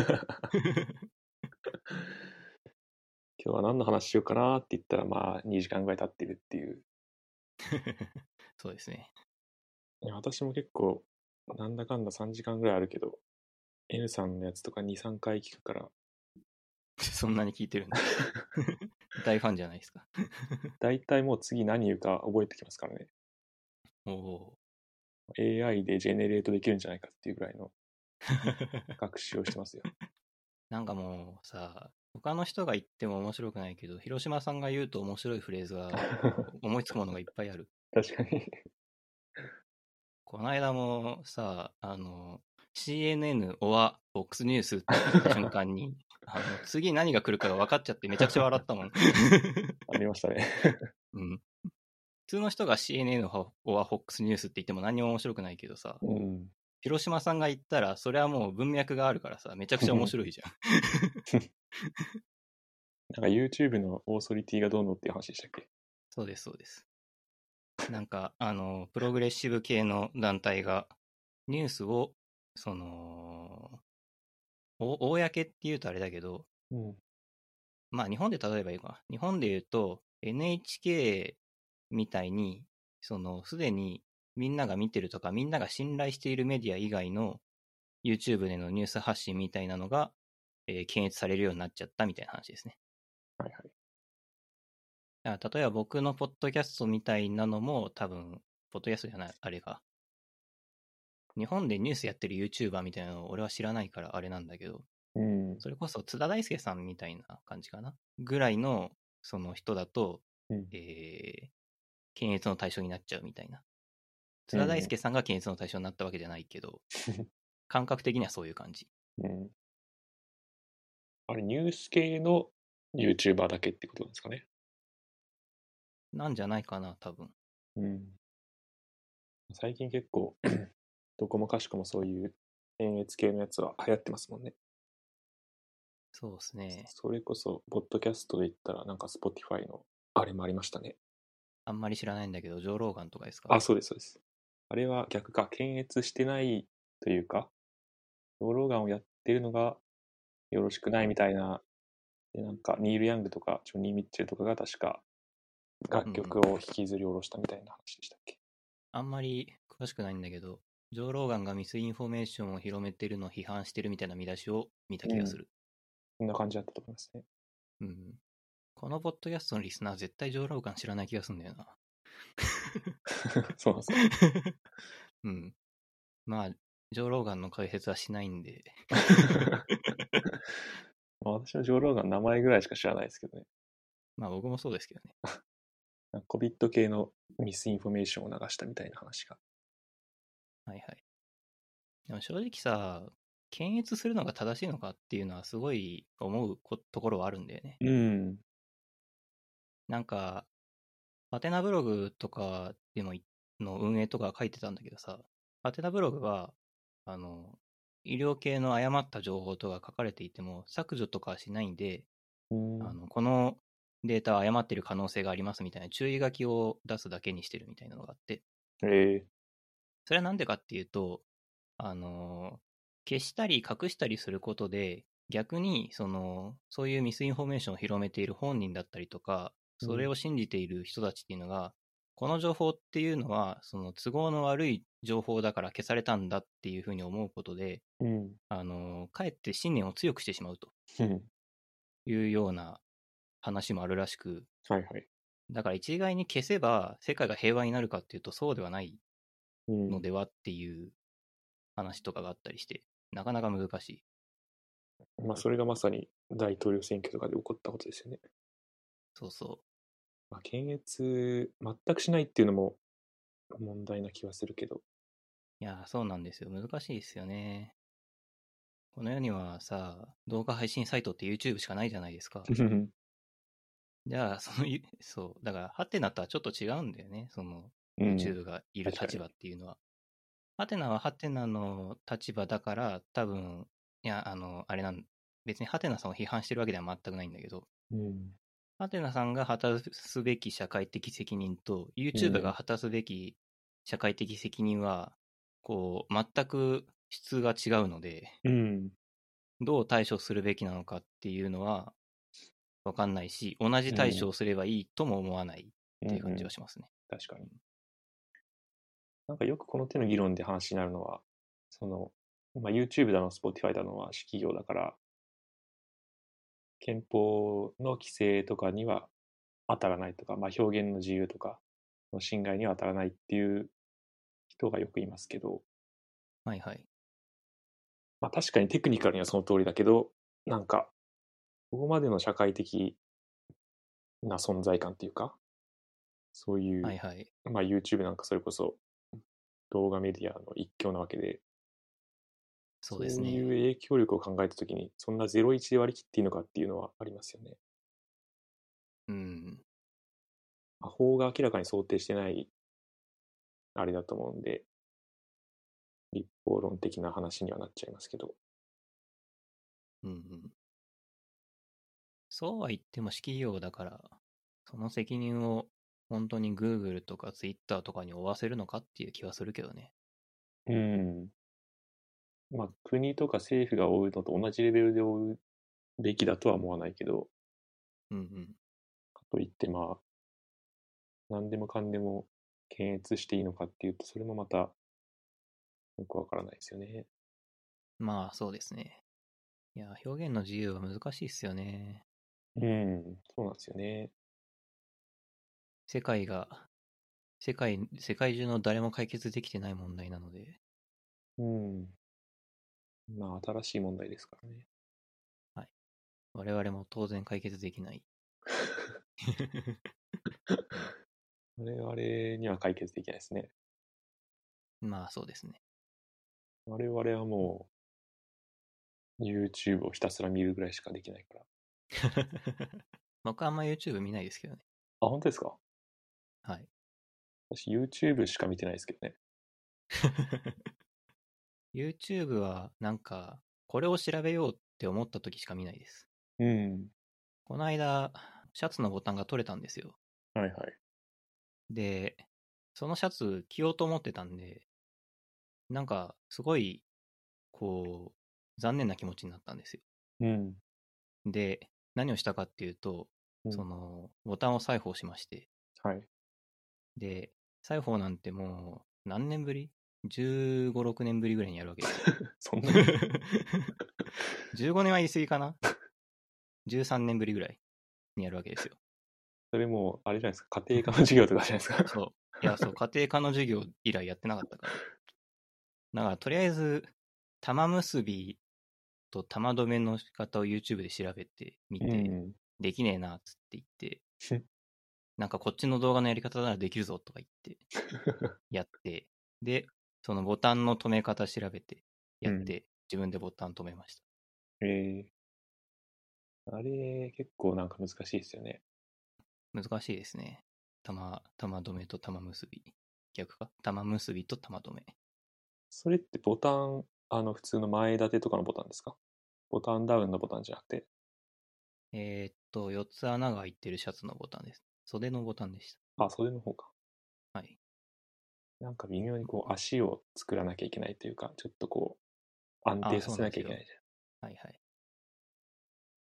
今日は何の話しようかなって言ったらまあにじかんぐらい経ってるっていう。 そうですね。 いや私も結構なんだかんださんじかんぐらいあるけど、N さんのやつとかに、さんかい聞くから、 そんなに聞いてるんだ。大ファンじゃないですか。 だいたいもう次何言うか覚えてきますからね。 おお。 エーアイ でジェネレートできるんじゃないかっていうぐらいの学習をしてますよ。 なんかもうさ、他の人が言っても面白くないけど、広島さんが言うと面白いフレーズが思いつくものがいっぱいある。 確かに。 この間もさ、あの、シーエヌエヌ オア FOX ニュースって言った瞬間に、あの、次何が来るかが分かっちゃってめちゃくちゃ笑ったもん。 ありましたね。 うん。普通の人が シーエヌエヌ オア FOX ニュースって言っても何も面白くないけどさ、 うん。 広島さんが言ったら、それはもう文脈があるからさ、めちゃくちゃ面白いじゃん。 なんか YouTube のオーソリティがどうのっていう話でしたっけ？ そうです、そうです。なんか、あの、プログレッシブ系の団体が、ニュースを、その、お公って言うとあれだけど、 うん。 まあ日本で例えばいいかな。日本で言うと エヌエイチケー みたいに、そのすでにみんなが見てるとかみんなが信頼しているメディア以外の YouTube でのニュース発信みたいなのが、えー検閲されるようになっちゃったみたいな話ですね。 はいはい。 だから例えば僕のポッドキャストみたいなのも多分、ポッドキャストじゃない、あれが。日本でニュースやってる YouTuber みたいなのを俺は知らないからあれなんだけど、 うん。 それこそ津田大介さんみたいな感じかなぐらいのその人だと、 うん。 えー、検閲の対象になっちゃうみたいな。津田大うん。 介さんが検閲の対象になったわけじゃないけど、感覚的にはそういう感じ。 うん。あれ、ニュース系の YouTuber だけってことなんですかね。 なんじゃないかな、多分。 うん。最近結構どこもかしこもそういう検閲系のやつは流行ってますもんね。 そうですね。 それこそ、ポッドキャストで言ったら、なんか Spotify のあれもありましたね。 あんまり知らないんだけど、ジョー・ローガンとかですか？ あ、そうです、そうです。あれは逆か、検閲してないというか、ローローガンをやってるのがよろしくないみたいな、でなんかニール・ヤングとかジョニー・ミッチェルとかが確か楽曲を引きずり下ろしたみたいな話でしたっけ？ あんまり詳しくないんだけど、ジョー・ローガンがミスインフォメーションを広めてるのを批判してるみたいな見出しを見たうん。 気がする。 こんな感じだったと思いますね。 うん。このポッドキャストのリスナー絶対ジョー・ローガン知らない気がするんだよな。 そうなんですか。 うん。まあ、ジョー・ローガンの解説はしないんで。 まあ私はジョー・ローガン名前ぐらいしか知らないですけどね。 まあ僕もそうですけどね。 なんか コビッド 系のミスインフォメーションを流したみたいな話が。 はいはい。でも正直さ、検閲するのが正しいのかっていうのはすごい思うこところはあるんだよね。 うん。 なんか、ハテナブログとかでもいの運営とか書いてたんだけどさ、ハテナブログは、あの、医療系の誤った情報とか書かれていても削除とかはしないんで、 うん。 あの、このデータは誤っている可能性がありますみたいな注意書きを出すだけにしてるみたいなのがあって、 えそれはなんでかっていうと、あの、消したり隠したりすることで、 逆に、その、そういうミスインフォメーションを広めている本人だったりとか、それうん。 を信じている人たちっていうのが、この情報っていうのは、その都合の悪い情報だから消されたんだっていうふうに思うことで、 うん。 あの、かえって信念を強くしてしまうとうん。 いうような話もあるらしく、 はいはい。 だから一概に消せば世界が平和になるかっていうとそうではないうん。 のではっていう話とかがあったりして、なかなか難しい。 まあ、それがまさに大統領選挙とかで起こったことですよね。 そうそまあ、検閲、全くしないっていうのも問題な気はするけど。 う。いや、そうなんですよ。難しいですよね。この世にはさ、動画配信サイトって YouTube しかないじゃないですか。じゃあ、その、そう、だから、ハテナとはちょっと違うんだよね。その、 うん。 YouTube がいる立確かに。 場っていうのは。ハテナはハテナの立場だから、多分、いや、あの、あれなん、別にハテナさんを批判してるわけでは全くないんだけど、 うん。 ハテナさんが果たすべき社会的責任と、 う YouTube がん。 果たすべき社会的責任は、こう、全く質が違うので、 うん。 どう対処するべきなのかっていうのは分かんないし、同じうん。 対処をすればいいとも思わないっていう感じうん。 はしますね。 確かに。なんかよくこの手の議論で話になるのは、その、まあ、YouTube だの Spotify だのは私企業だから、憲法の規制とかには当たらないとか、まあ、表現の自由とかの侵害には当たらないっていう人がよくいますけど、 はいはい。 まあ、確かにテクニカルにはその通りだけど、なんか、ここまでの社会的な存在感っていうか、そういう、 はいはい。 まあ、YouTube なんかそれこそ動画メディアの一強なわけで、 そうですそういうね。 影響力を考えたときに、そんなゼロイチで割り切っていいのかっていうのはありますよね。 うん。 まあ法が明らかに想定してないあれだと思うんで、立法論的な話にはなっちゃいますけど。 うんうん。そうは言っても私企業だから、その責任を本当に Google とか Twitter とかに負わせるのかっていう気はするけどね。 うん。まあ、国とか政府が負うのと同じレベルで負うべきだとは思わないけど、 うんうん。 かといってまあ、何でもかんでも検閲していいのかっていうと、それもまたよくわからないですよね。 まあそうですね。いや、表現の自由は難しいっすよね。 うん、そうなんですよね。 世界が、世界、世界中の誰も解決できてない問題なので、 うん。まあ、新しい問題ですからね。 はい。我々も当然解決できない。 我々には解決できないですね。 まあそうですね。 我々はもう YouTube をひたすら見るぐらいしかできないから。 僕はあんま YouTube 見ないですけどね。 あ、本当ですか？ はい。 私 YouTube しか見てないですけどね。 YouTube はなんか、これを調べようって思った時しか見ないです。 うん。 この間、シャツのボタンが取れたんですよ。 はいはい。 で、そのシャツ着ようと思ってたんで、なんか、すごい、こう、残念な気持ちになったんですよ。 うん。 で、何をしたかっていうと、 うん。 その、ボタンを再放しまして、 はい。 で、再放なんてもう、何年ぶり？ じゅうご、ろくねんぶりぐらいにやるわけですよ。 そんなにじゅうごねんは言い過ぎかな？ じゅうさん 年ぶりぐらいにやるわけですよ。 それもう、あれじゃないですか。家庭科の授業とかじゃないですか。 そう。いや、そう、家庭科の授業以来やってなかったから。だから、とりあえず、玉結びと玉留めの仕方を YouTube で調べてみうて、 ん。 できねえな、っつって言って、なんかこっちの動画のやり方ならできるぞ、とか言って、やって、で、そのボタンの止め方調べて、 うん。 やって、自分でボタン止めました。 えー、あれ、結構なんか難しいですよね。 難しいですね。玉、玉止めと玉結び。逆か玉結びと玉止め。 それってボタン、あの、普通の前立てとかのボタンですか？ボタンダウンのボタンじゃなくて。 えーっと、よっつ穴が開いてるシャツのボタンです。袖のボタンでしあ、袖の方か。 た。はい。 なんか微妙にこう足を作らなきゃいけないというか、ちょっとこう安ああ、 定させそうなんですよ。 なきゃいけないじはいはい。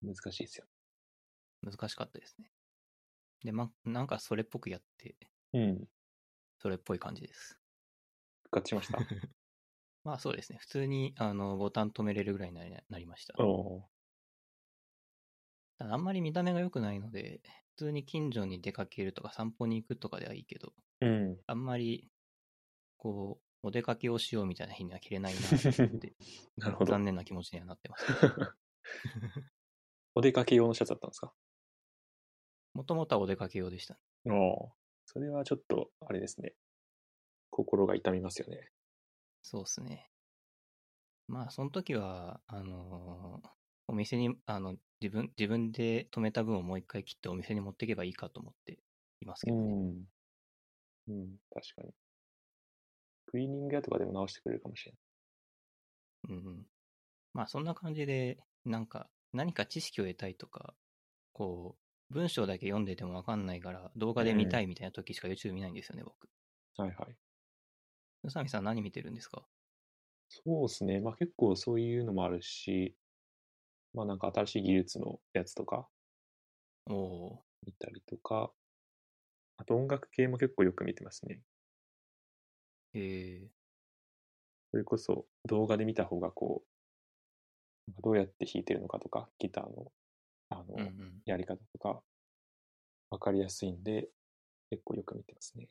難しいですよ難しかったですね。で、ま、なんかそれっぽくやって、 ね。うん。 それっぽい感じです。 復活しました。 まあそうですね。普通にあのボタン止めれるぐらいになりなりました。 おお。 ただあんまり見た目が良くないので、普通に近所に出かけるとか散歩に行くとかではいいけど、 うん。 あんまりこう、お出かけをしようみたいな日には着れないなと思って、 なるほど。 残念な気持ちにはなってますね。 お出かけ用のシャツだったんですか？ もともとはお出かけ用でしたね。 おお。それはちょっと、あれですね。心が痛みますよね。 そうですね。まあ、その時は、あのーお店に、あの、自分、自分で止めた分をもう一回切ってお店に持っていけばいいかと思っていますけうどね。 ん。うん、確かに。クリーニング屋とかでも直してくれるかもしれうんうん。まあ、そんな感じで、なんか、何か知識を得たいとか、こう、文章だけ読んでてもわかんないから、動画ない。 で見うん。 たいみたいな時しか YouTube 見ないんですよね、僕。 はいはい。 宇佐美さん何見てるんですか？ そうですね。まあ結構そういうのもあるし、まあなんか新しい技術のやつとかおお見たりとか、あと音楽系も結構よく見てますね。 ー、えそれこそ動画で見た方がこう、なんかどうやって弾いてるのかとか、ギターの、あー、うんうの、 ん。 やり方とか、わかりやすいんで、結構よく見てますね。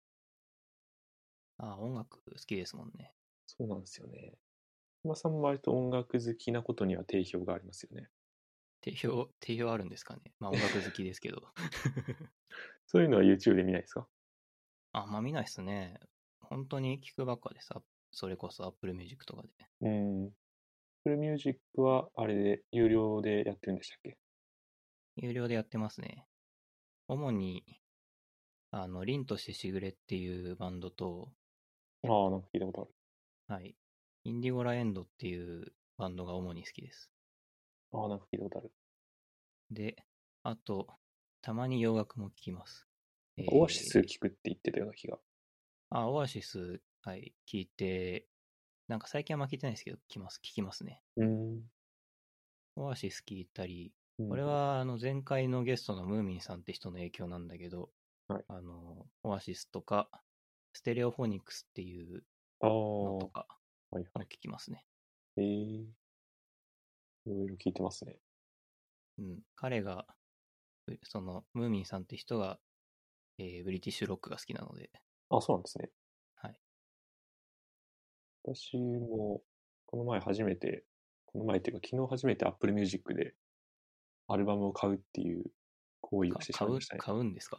あ、音楽好きですもんね。 そうなんですよね。今さんも割と音楽好きなことには定評がありますよね。 定評、定評あるんですかね。まあ音楽好きですけど。 そういうのは YouTube で見ないですか？ あんま見ないっすね。本当に聞くばっかでさ、それこそ Apple Music とかで。 うん。Apple Music はあれで有料でやってるんでしたっけ？ 有料でやってますね。主に、あの、凛としてしぐれっていうバンドと、 ああ、なんか聞いたことある。 はい、インディゴラエンドっていうバンドが主に好きです。 ああ、なんか聞いたことある。 で、あと、たまに洋楽も聴きます。 なんかオアシスえー、 聞くって言ってたような気が。 あ、オアシス、はい、聞いて、なんか最近はあんま聞いてないですけど、聞きます、聞きますね。 うーん。 オアシス聞いたり、 うん。 これはあの前回のゲストのムーミンさんって人の影響なんだけど、 はい。 あの、オアシスとか、ステレオフォニクスっていうああ、はのとかもいはい。 聞きますね。 ええ、いろいろ聞いてますね。 うん。彼が、うその、ムーミンさんって人が、えーブリティッシュロックが好きなので、 あ、そうなんですね。 はい。 私も、この前初めて、この前っていうか昨日初めて Apple Music でアルバムを買うっていう行為をしか、買う、 てしまいましたね。 買うんですか？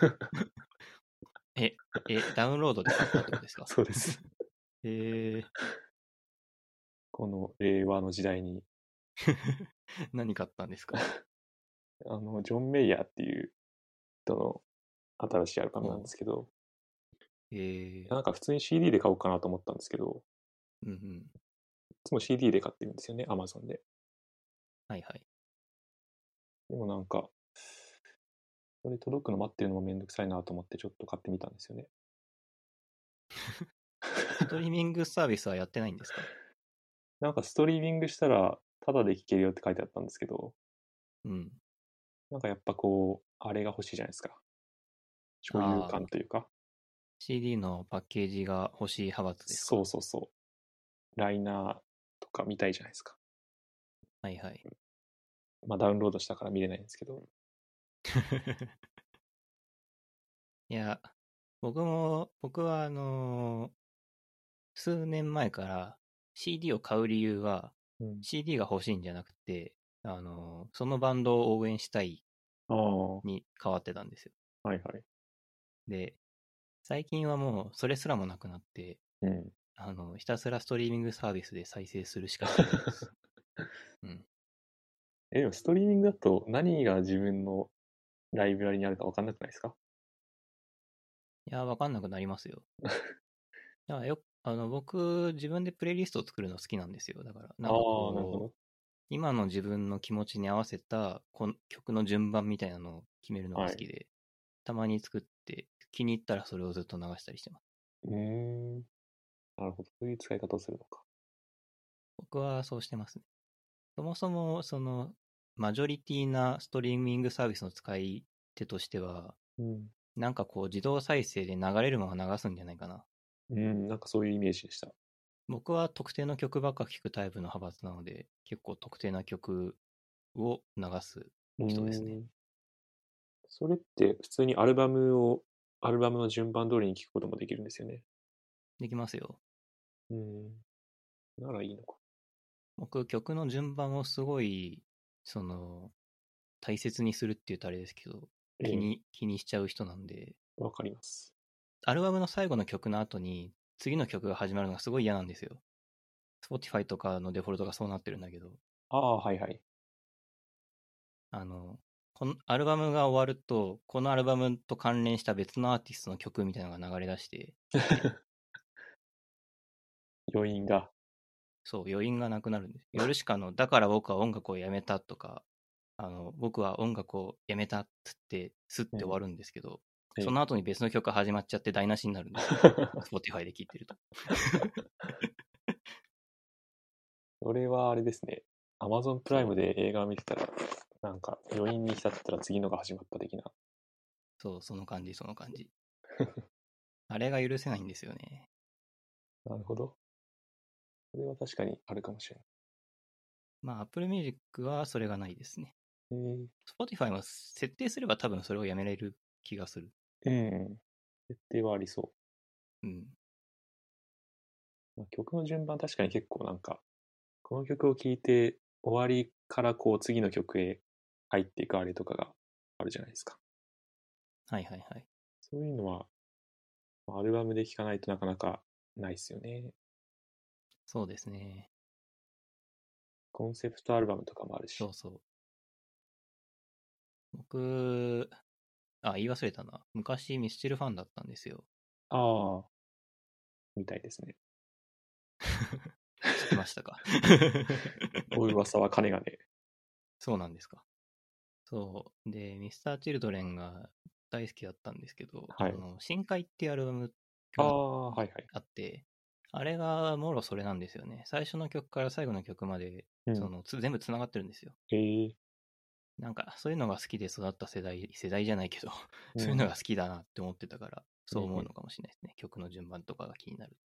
え、え、ダウンロードで買ったってことですか？ そうです。 えー、 この令和の時代に、 何買ったんですか？ あの、ジョン・メイヤーっていう人の新しいアルバムなんでおすけど、 えなんか普通に シーディー で買おうかなと思ったんですけど、 ー、うんうん。 いつも シーディー で買ってるんですよね、Amazon で。 はいはい。 でもなんか、それ届くの待ってるのもめんどくさいなと思ってちょっと買ってみたんですよね。 ストリーミングサービスはやってないんですか？ なんかストリーミングしたらタダで聴けるよって書いてあったんですけど、 うん。 なんかやっぱこう、あれが欲しいじゃないですか。所有ああ、 感というか。 シーディー のパッケージが欲しい派閥ですそうか？ そうそう。ライナーとか見たいじゃないですか。 はいはい。 まあダウンロードしたから見れないんですけど。 いや、僕も、僕はあのー数年前から シーディー を買う理由はうん。 シーディー が欲しいんじゃなくて、あのーそのバンドを応援したいああ、はに変わってたんですよ。 いはい。 で、最近はもうそれすらもなくなって、 うん。 あの、ひたすらストリーミングサービスで再生するしかしてないです。うん。 え、でもストリーミングだと何が自分のライブラリにあるか分かんなくないですか？ いや、わかんなくなりますよ。いや、よ、あの、僕、自分でプレイリストを作るの好きなんですよ。だから、なんかああ、なるほこう、 ど。 今の自分の気持ちに合わせたこん曲の順番みたいなのを決めるのがはい。 好きで、たまに作って、気に入ったらそれをずっと流したりしてます。 うーん。なるほど。そういう使い方をするのか。 僕はそうしてますね。そもそも、その、 マジョリティなストリーミングサービスの使い手としては、 うん。 なんかこう自動再生で流れるまま流すんじゃないかな。 うん、なんかそういうイメージでした。 僕は特定の曲ばっか聴くタイプの派閥なので、結構特定な曲を流すう人ですね。 ん。それって普通にアルバムを、アルバムの順番通りに聴くこともできるんですよね。 できますよ。 うん。ならいいのか。 僕、曲の順番をすごい、その、大切にするって言うとあれですけど、気ええ、 に、気にしちゃう人なんで、 わかります。 アルバムの最後の曲の後に、次の曲が始まるのがすごい嫌なんですよ。Spotify とかのデフォルトがそうなってるんだけど、 ああ、はいはい。 あの、このアルバムが終わると、このアルバムと関連した別のアーティストの曲みたいなのが流れ出してきて、 余韻が。 そう、余韻がなくなるんです。ヨルシカの、だから僕は音楽をやめたとか、あの、僕は音楽をやめたっつって、スッて終わるんですけど、 ええ。 その後に別の曲始まっちゃって台無しになるんですよ。Spotify で聴いてると。 それはあれですね。Amazon プライムそう、 で映画を見てたら、なんか余韻に浸ってたら次のが始まった的な。 そう、その感じ、その感じ。あれが許せないんですよね。 なるほど。それは確かにあるかもしれまあ、Apple Music はそれがないですね。 ない。え Spotify も設定すれば多分それをやめれる気がする。 え、うん。設定はありそうん。 う。まあ、曲の順番確かに結構なんか、この曲を聴いて終わりからこう次の曲へ入っていくあれとかがあるじゃないですか。 はいはいはい。 そういうのは、まあアルバムで聴かないとなかなかないですよね。 そうですね。 コンセプトアルバムとかもあるし。 そうそう。僕、あ、言い忘れたな。昔ミスチルファンだったんですよ。 ああ、みたいですね。 知ってましたか？ お噂は金がね。 そうなんですか。そう。で、ミスターチルドレンが大好きだったんですけど、 はい。 あの、深海っていうアルバムあがあ、はいはい。 あって、あれがもろそれなんですよね。最初の曲から最後の曲まで、 うん。 その、つ全部つながってるんですよ。 ええ、 なんか、そういうのが好きで育った世代、世代じゃないけど、そういうのうん。 が好きだなって思ってたから、 うんうん。 そう思うのかもしれないですね。曲の順番とかが気になるって。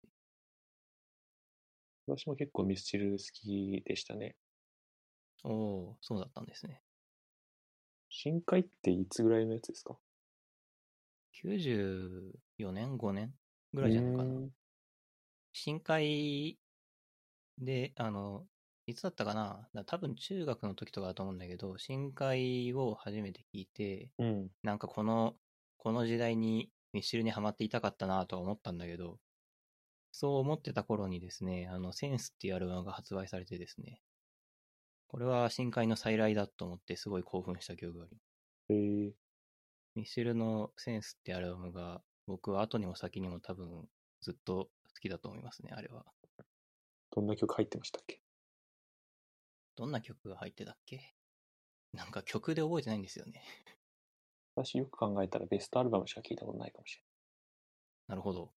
私も結構ミスチル好きでしたね。 おお、そうだったんですね。 深海っていつぐらいのやつですか？ きゅうじゅうよねん、ごねんぐうーらいじゃないかな。 ん。 深海で、あの、いつだったかな、だ多分中学の時とかだと思うんだけど、深海を初めて聞いて、 うん。 なんかこの、この時代にミスチルにハマっていたかったなとは思ったんだけど、そう思ってた頃にですね、あの、センスっていうアルバムが発売されてですね、これは深海の再来だと思ってすごい興奮した記憶があります。 えー、 ミスチルのセンスってアルバムが、僕は後にも先にも多分ずっと好きだと思いますね、あれは。 どんな曲入ってましたっけ？ どんな曲が入ってたっけ？なんか曲で覚えてないんですよね。 私よく考えたらベストアルバムしか聞いたことないかもしなるほど。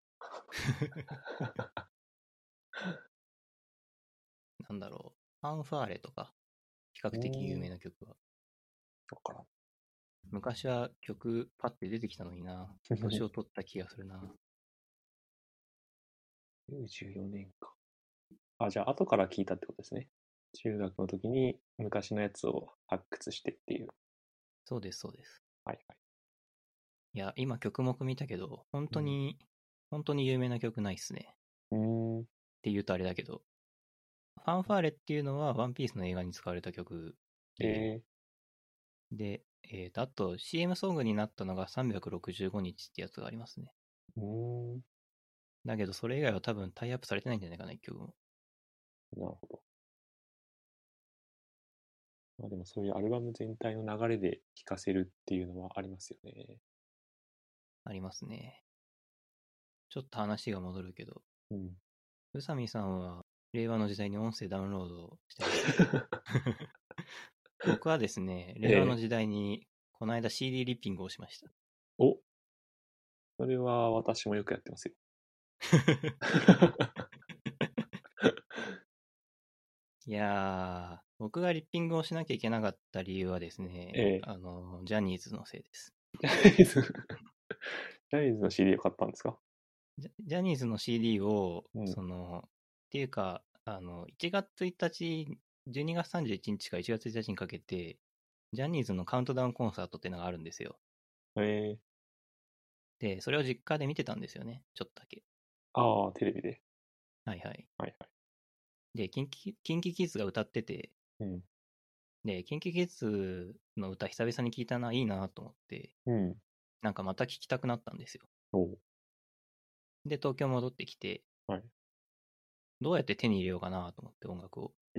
なんだろう。ファンファーレとか、比較れない。うーん。 的有名な曲は。 わからん。 昔は曲パッて出てきたのにな。年を取った気がするな。 きゅうじゅうよねんか。あ、じゃあ後から聞いたってことですね。中学の時に昔のやつを発掘してっていう。 そうです、そうです。 はいはい。 いや、今曲目見たけど、本うん。 当に、本当に有名な曲ないっすね。 うーん。 って言うとあれだけど、ファンファーレっていうのはワンピースの映画に使われた曲で、 えで、えーと、あと シーエム ソングになったのがさんびゃくろくじゅうごにちってやつがありますね。 ー、うーん。 だけど、それ以外は多分タイアップされてないんじゃないかな、一曲も。 なるほど。まあでもそういうアルバム全体の流れで聴かせるっていうのはありますよね。 ありますね。ちょっと話が戻るけど、 うん。 宇佐美さんは令和の時代に音声ダウンロードしてますか？僕はですね、令和のええ、 時代にこの間 シーディー リッピングをしました。 お、それは私もよくやってますよ。 いや僕がリッピングをしなきゃいけなかった理由はですね、 ええ。 あの、ジャニーズのせいです。 ジャニーズ、ジャニーズの シーディー を買ったんですか？ ジャジャニーズの シーディー を、 うん。 その、っていうか、あの、いちがつついたち、じゅうにがつさんじゅういちにちかいちがつついたちにかけて、ジャニーズのカウントダウンコンサートっていうのがあるんですよ。 ええ。 で、それを実家で見てたんですよね、ちょっとだけ。 ああ、テレビで。 はいはい。 はいはい。 で、キンキ、キンキキッズが歌ってて、 うん。 で、キンキキッズの歌久々に聞いたな、いいなと思って、 うん。 なんかまた聞きたくなったんですよ。 おう。 で、東京戻ってきて、 はい。 どうやって手に入れようかなと思って音楽を。 うん。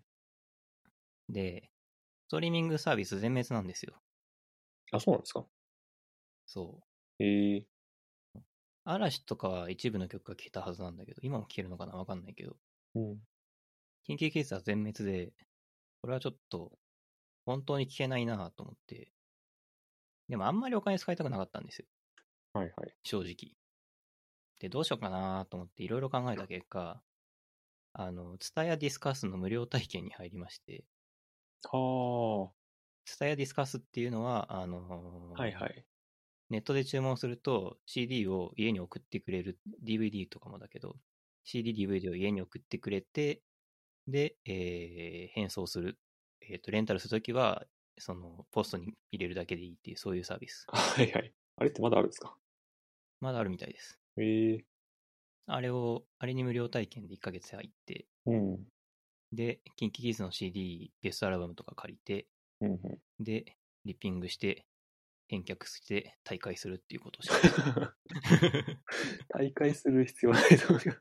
で、ストリーミングサービス全滅なんですよ。 あ、そうなんですか？ そう。 ええ。 嵐とかは一部の曲が聴けたはずなんだけど、今も聴けるのかなわかんないけど、 うん。 キンキキッズは全滅で、これはちょっと本当に聴けないなと思って、でもあんまりお金使いたくなかったんですよ。 はいはい。 正直。で、どうしようかなと思っていろいろ考えた結果、あの、ツタヤディスカスの無料体験に入りまして、 はツタヤディスカスっていうのは、あのあ。はいーはい。 ネットで注文すると シーディー を家に送ってくれる、ディーブイディー とかもだけど、シーディー、ディーブイディー を家に送ってくれて、で、えー返送する。えっ、と、レンタルするときは、その、ポストに入れるだけでいいっていう、そういうサービス。 はいはい。あれってまだあるんですか？ まだあるみたいです。 ええ。 あれを、あれに無料体験でいっかげつ入って、 うん。 で、キンキキッズの シーディー、ベストアルバムとか借りて、 うん。うん。 で、リッピングして、返却して大会するっていうことをしました。 大会する必要ないと思うけど。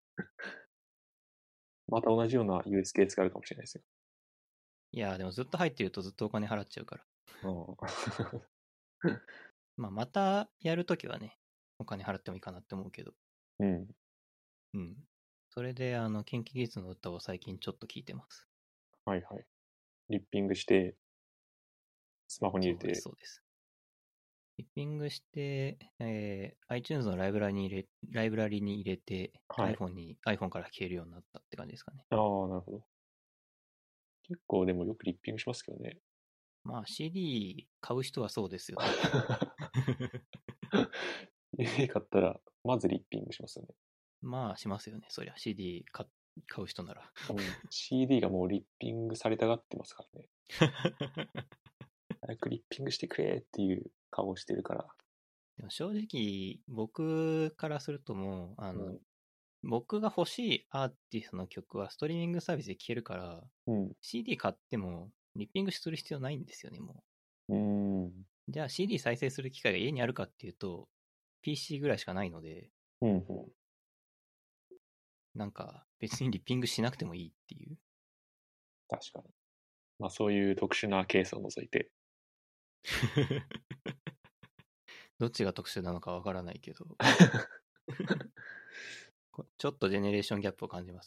また同じような ユーエス ケースがあるかもしれないですよ。 いやーでもずっと入ってるとずっとお金払っちゃうから。 あまあ、またやるときはね、お金払ってもいいかなって思うけど。 うん。 うん。それで、あの、キンキキッズの歌を最近ちょっと聞いてます。 はいはい。リッピングして、スマホに入そうです、 れて、 そうです。リッピングして、えー、iTunes のライブラリに入れ、ライブラリに入れて、 はい。 iPhone に、iPhone から聴けるようになったって感じですかね。 ああ、なるほど。結構でもよくリッピングしますけどね。 まあ、シーディー 買う人はそうですよね。 家買ったら、まずリッピングしますよね。 まあ、しますよね。そりゃ シーディー 買買う人なら。 うん。シーディー がもうリッピングされたがってますからね。早くリッピングしてくれっていう顔をしてるから。 でも正直、僕からするともう、あの、 うん。 僕が欲しいアーティストの曲はストリーミングサービスで聴けるから、 うん。 シーディー 買ってもリッピングする必要ないんですよね、もうーん。 う。じゃあ シーディー 再生する機会が家にあるかっていうと、ピーシー ぐらいしかないので、 うん。うん。 なんか別にリッピングしなくてもいいっていう。 確かに。まあそういう特殊なケースを除いて。 どっちが特殊なのかわからないけど、ちょっとジェネレーションギャップを感じます。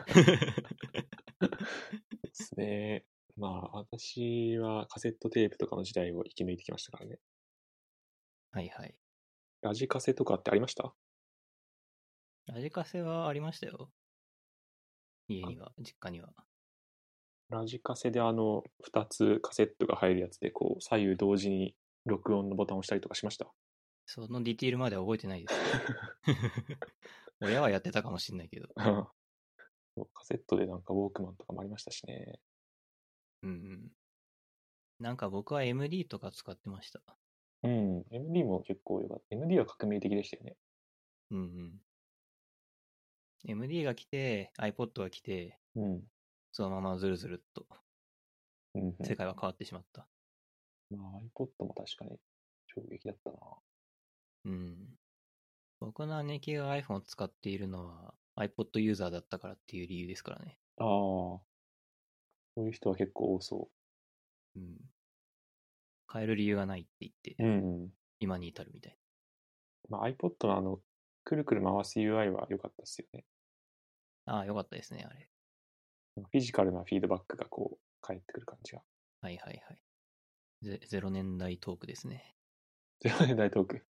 ですね。まあ私はカセットテープとかの時代を生き抜いてきましたからね。 はいはい。 ラジカセとかってありました？ ラジカセはありましたよ。家あ、 には、実家には。 ラジカセであのふたつカセットが入るやつでこう左右同時に録音のボタンを押したりとかしました？ そのディティールまでは覚えてないです。親はやってたかもしれないけど。 そうカセットでなんかウォークマンとかもありましたしね。 うんうん。なんか僕は エムディー とか使ってました。 うん、エムディー も結構良かった。エムディー は革命的でしたよね。 うんうん。エムディー が来て、iPod が来て、 うん。 そのままずるずるっとうんうん。 世界は変わってしまった。 まあ iPod も確かに衝撃だったな。 うん。僕の姉貴が iPhone を使っているのは iPod ユーザーだったからっていう理由ですからね。 ああ、そういう人は結構多そうん。変える理由がないって言っう。うて、 ん、うん。 今に至るみたいまあ iPod のあの、くるくる回す ユーアイ は良かったですよね。 な。ああ、よかったですね、あれ。 フィジカルなフィードバックがこう、返ってくる感じが。 はいはいはい。ゼゼロ年代トークですね。 ゼロねんだいトーク。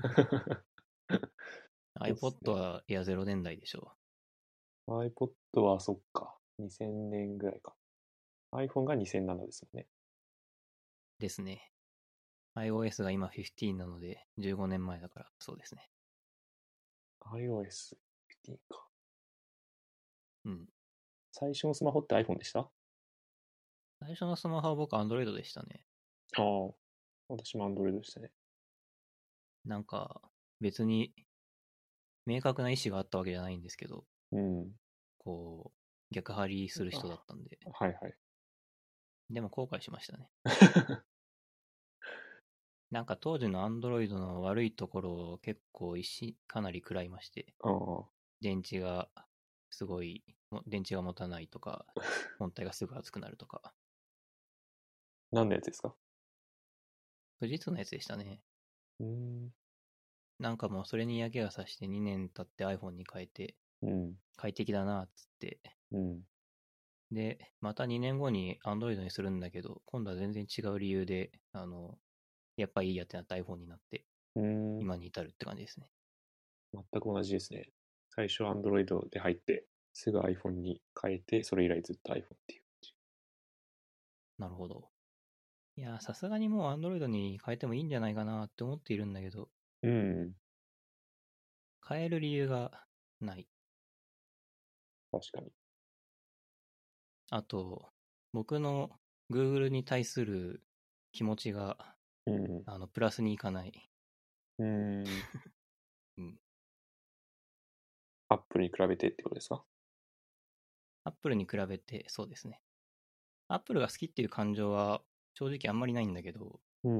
そうっす iPod ね。 は、いや、ゼロ年代でしょ iPod はそっか。にせんねんぐらいか。 iPhone がにせんななですもんね。 ですね。iOS が今じゅうごなので、じゅうごねんまえだから、そうですね。 アイオーエスじゅうごか。 うん。 最初のスマホって iPhone でした？あ最初のスマホは僕 Android でしたね。 あ、私も Android でしたね。 なんか、別に明確な意思があったわけじゃないんですけど、 うん。 こう、逆張りする人だあ、 ったんで、 はいはい。 でも後悔しましたね。なんか当時の Android の悪いところを結構石かなり食らいまして、 ああ、 電池がすごい、も電池が持たないとか、本体がすぐ熱くなるとか、 何のやつですか？ 富士通のやつでしたね。 うーん。 なんかもうそれに嫌気がさしてにねん経って iPhone に変えて、 うん。 快適だなっつって、 うん。 で、またにねんごに Android にするんだけど、今度は全然違う理由で、あの、やっぱいいやってなった iPhone になって、 うーん。 今に至るって感じですね。 全く同じですね。最初 Android で入って、すぐ iPhone に変えて、それ以来ずっと iPhone っていう。 なるほど。いや、さすがにもう Android に変えてもいいんじゃないかなって思っているんだけど、 うん。 変える理由がない。 確かに。 あと、僕の Google に対する気持ちが、 うん。 あの、プラスにいかない。 うーん。 うん。 Apple に比べてってことですか？ Apple に比べて、そうですね。Apple が好きっていう感情は正直あんまりないんだけど、 うん。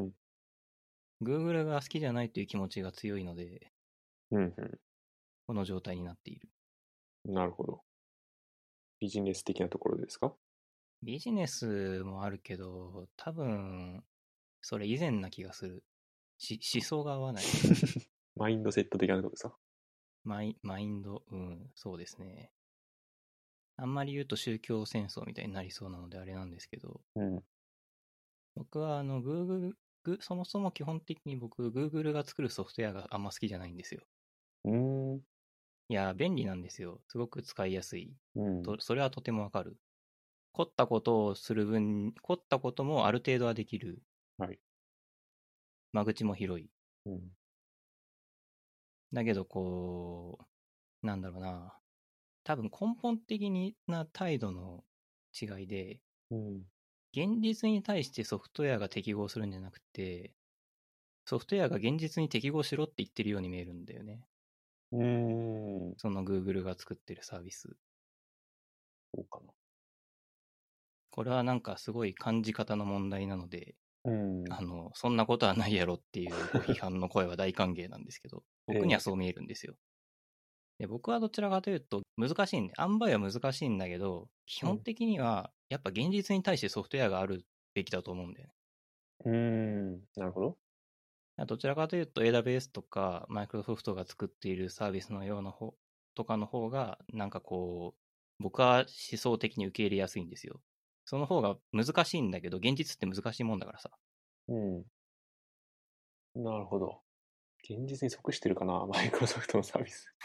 Google が好きじゃないっていう気持ちが強いので、 うん、うこの状態になっている。 ん。なるほど。ビジネス的なところですか？ ビジネスもあるけど、多分、それ以前な気がする。し、思想が合わない。 マインドセット的なところですか？ マイ、マインド、うん、そうですね。あんまり言うと宗教戦争みたいになりそうなのであれなんですけど、 うん。 僕はあの、Google、グそもそも基本的に僕、Google が作るソフトウェアがあんま好きじゃないんですよ。 うーん。 いや、便利なんですよ。すごく使いやすい。 うん。 と、それはとてもわかる。凝ったことをする分、凝ったこともある程度はできる。 はい。 間口も広い。 うん。 だけど、こう、なんだろうな。多分根本的な態度の違いで、 うん。 現実に対してソフトウェアが適合するんじゃなくて、ソフトウェアが現実に適合しろって言ってるように見えるんだよね。 うーん。 その Google が作ってるサービス。 そうかこれはなんかすごい感じ方の問題なので、 な。うん。 あの、そんなことはないやろっていうご批判の声は大歓迎なんですけど、僕にはえそう見えるんですよ。で僕はどちらかというと難しいんで、塩梅は難しいんだけど、基うん。 本的にはやっぱ現実に対してソフトウェアがあるべきだと思うんだよね。 うーん。なるほど。 どちらかというと エーダブリューエス とか Microsoft が作っているサービスのような方とかの方が、なんかこう、僕は思想的に受け入れやすいんですよ。その方が難しいんだけど、現実って難しいもんだからさ。 うん。なるほど。現実に即してるかな、マイクロソフトのサービス。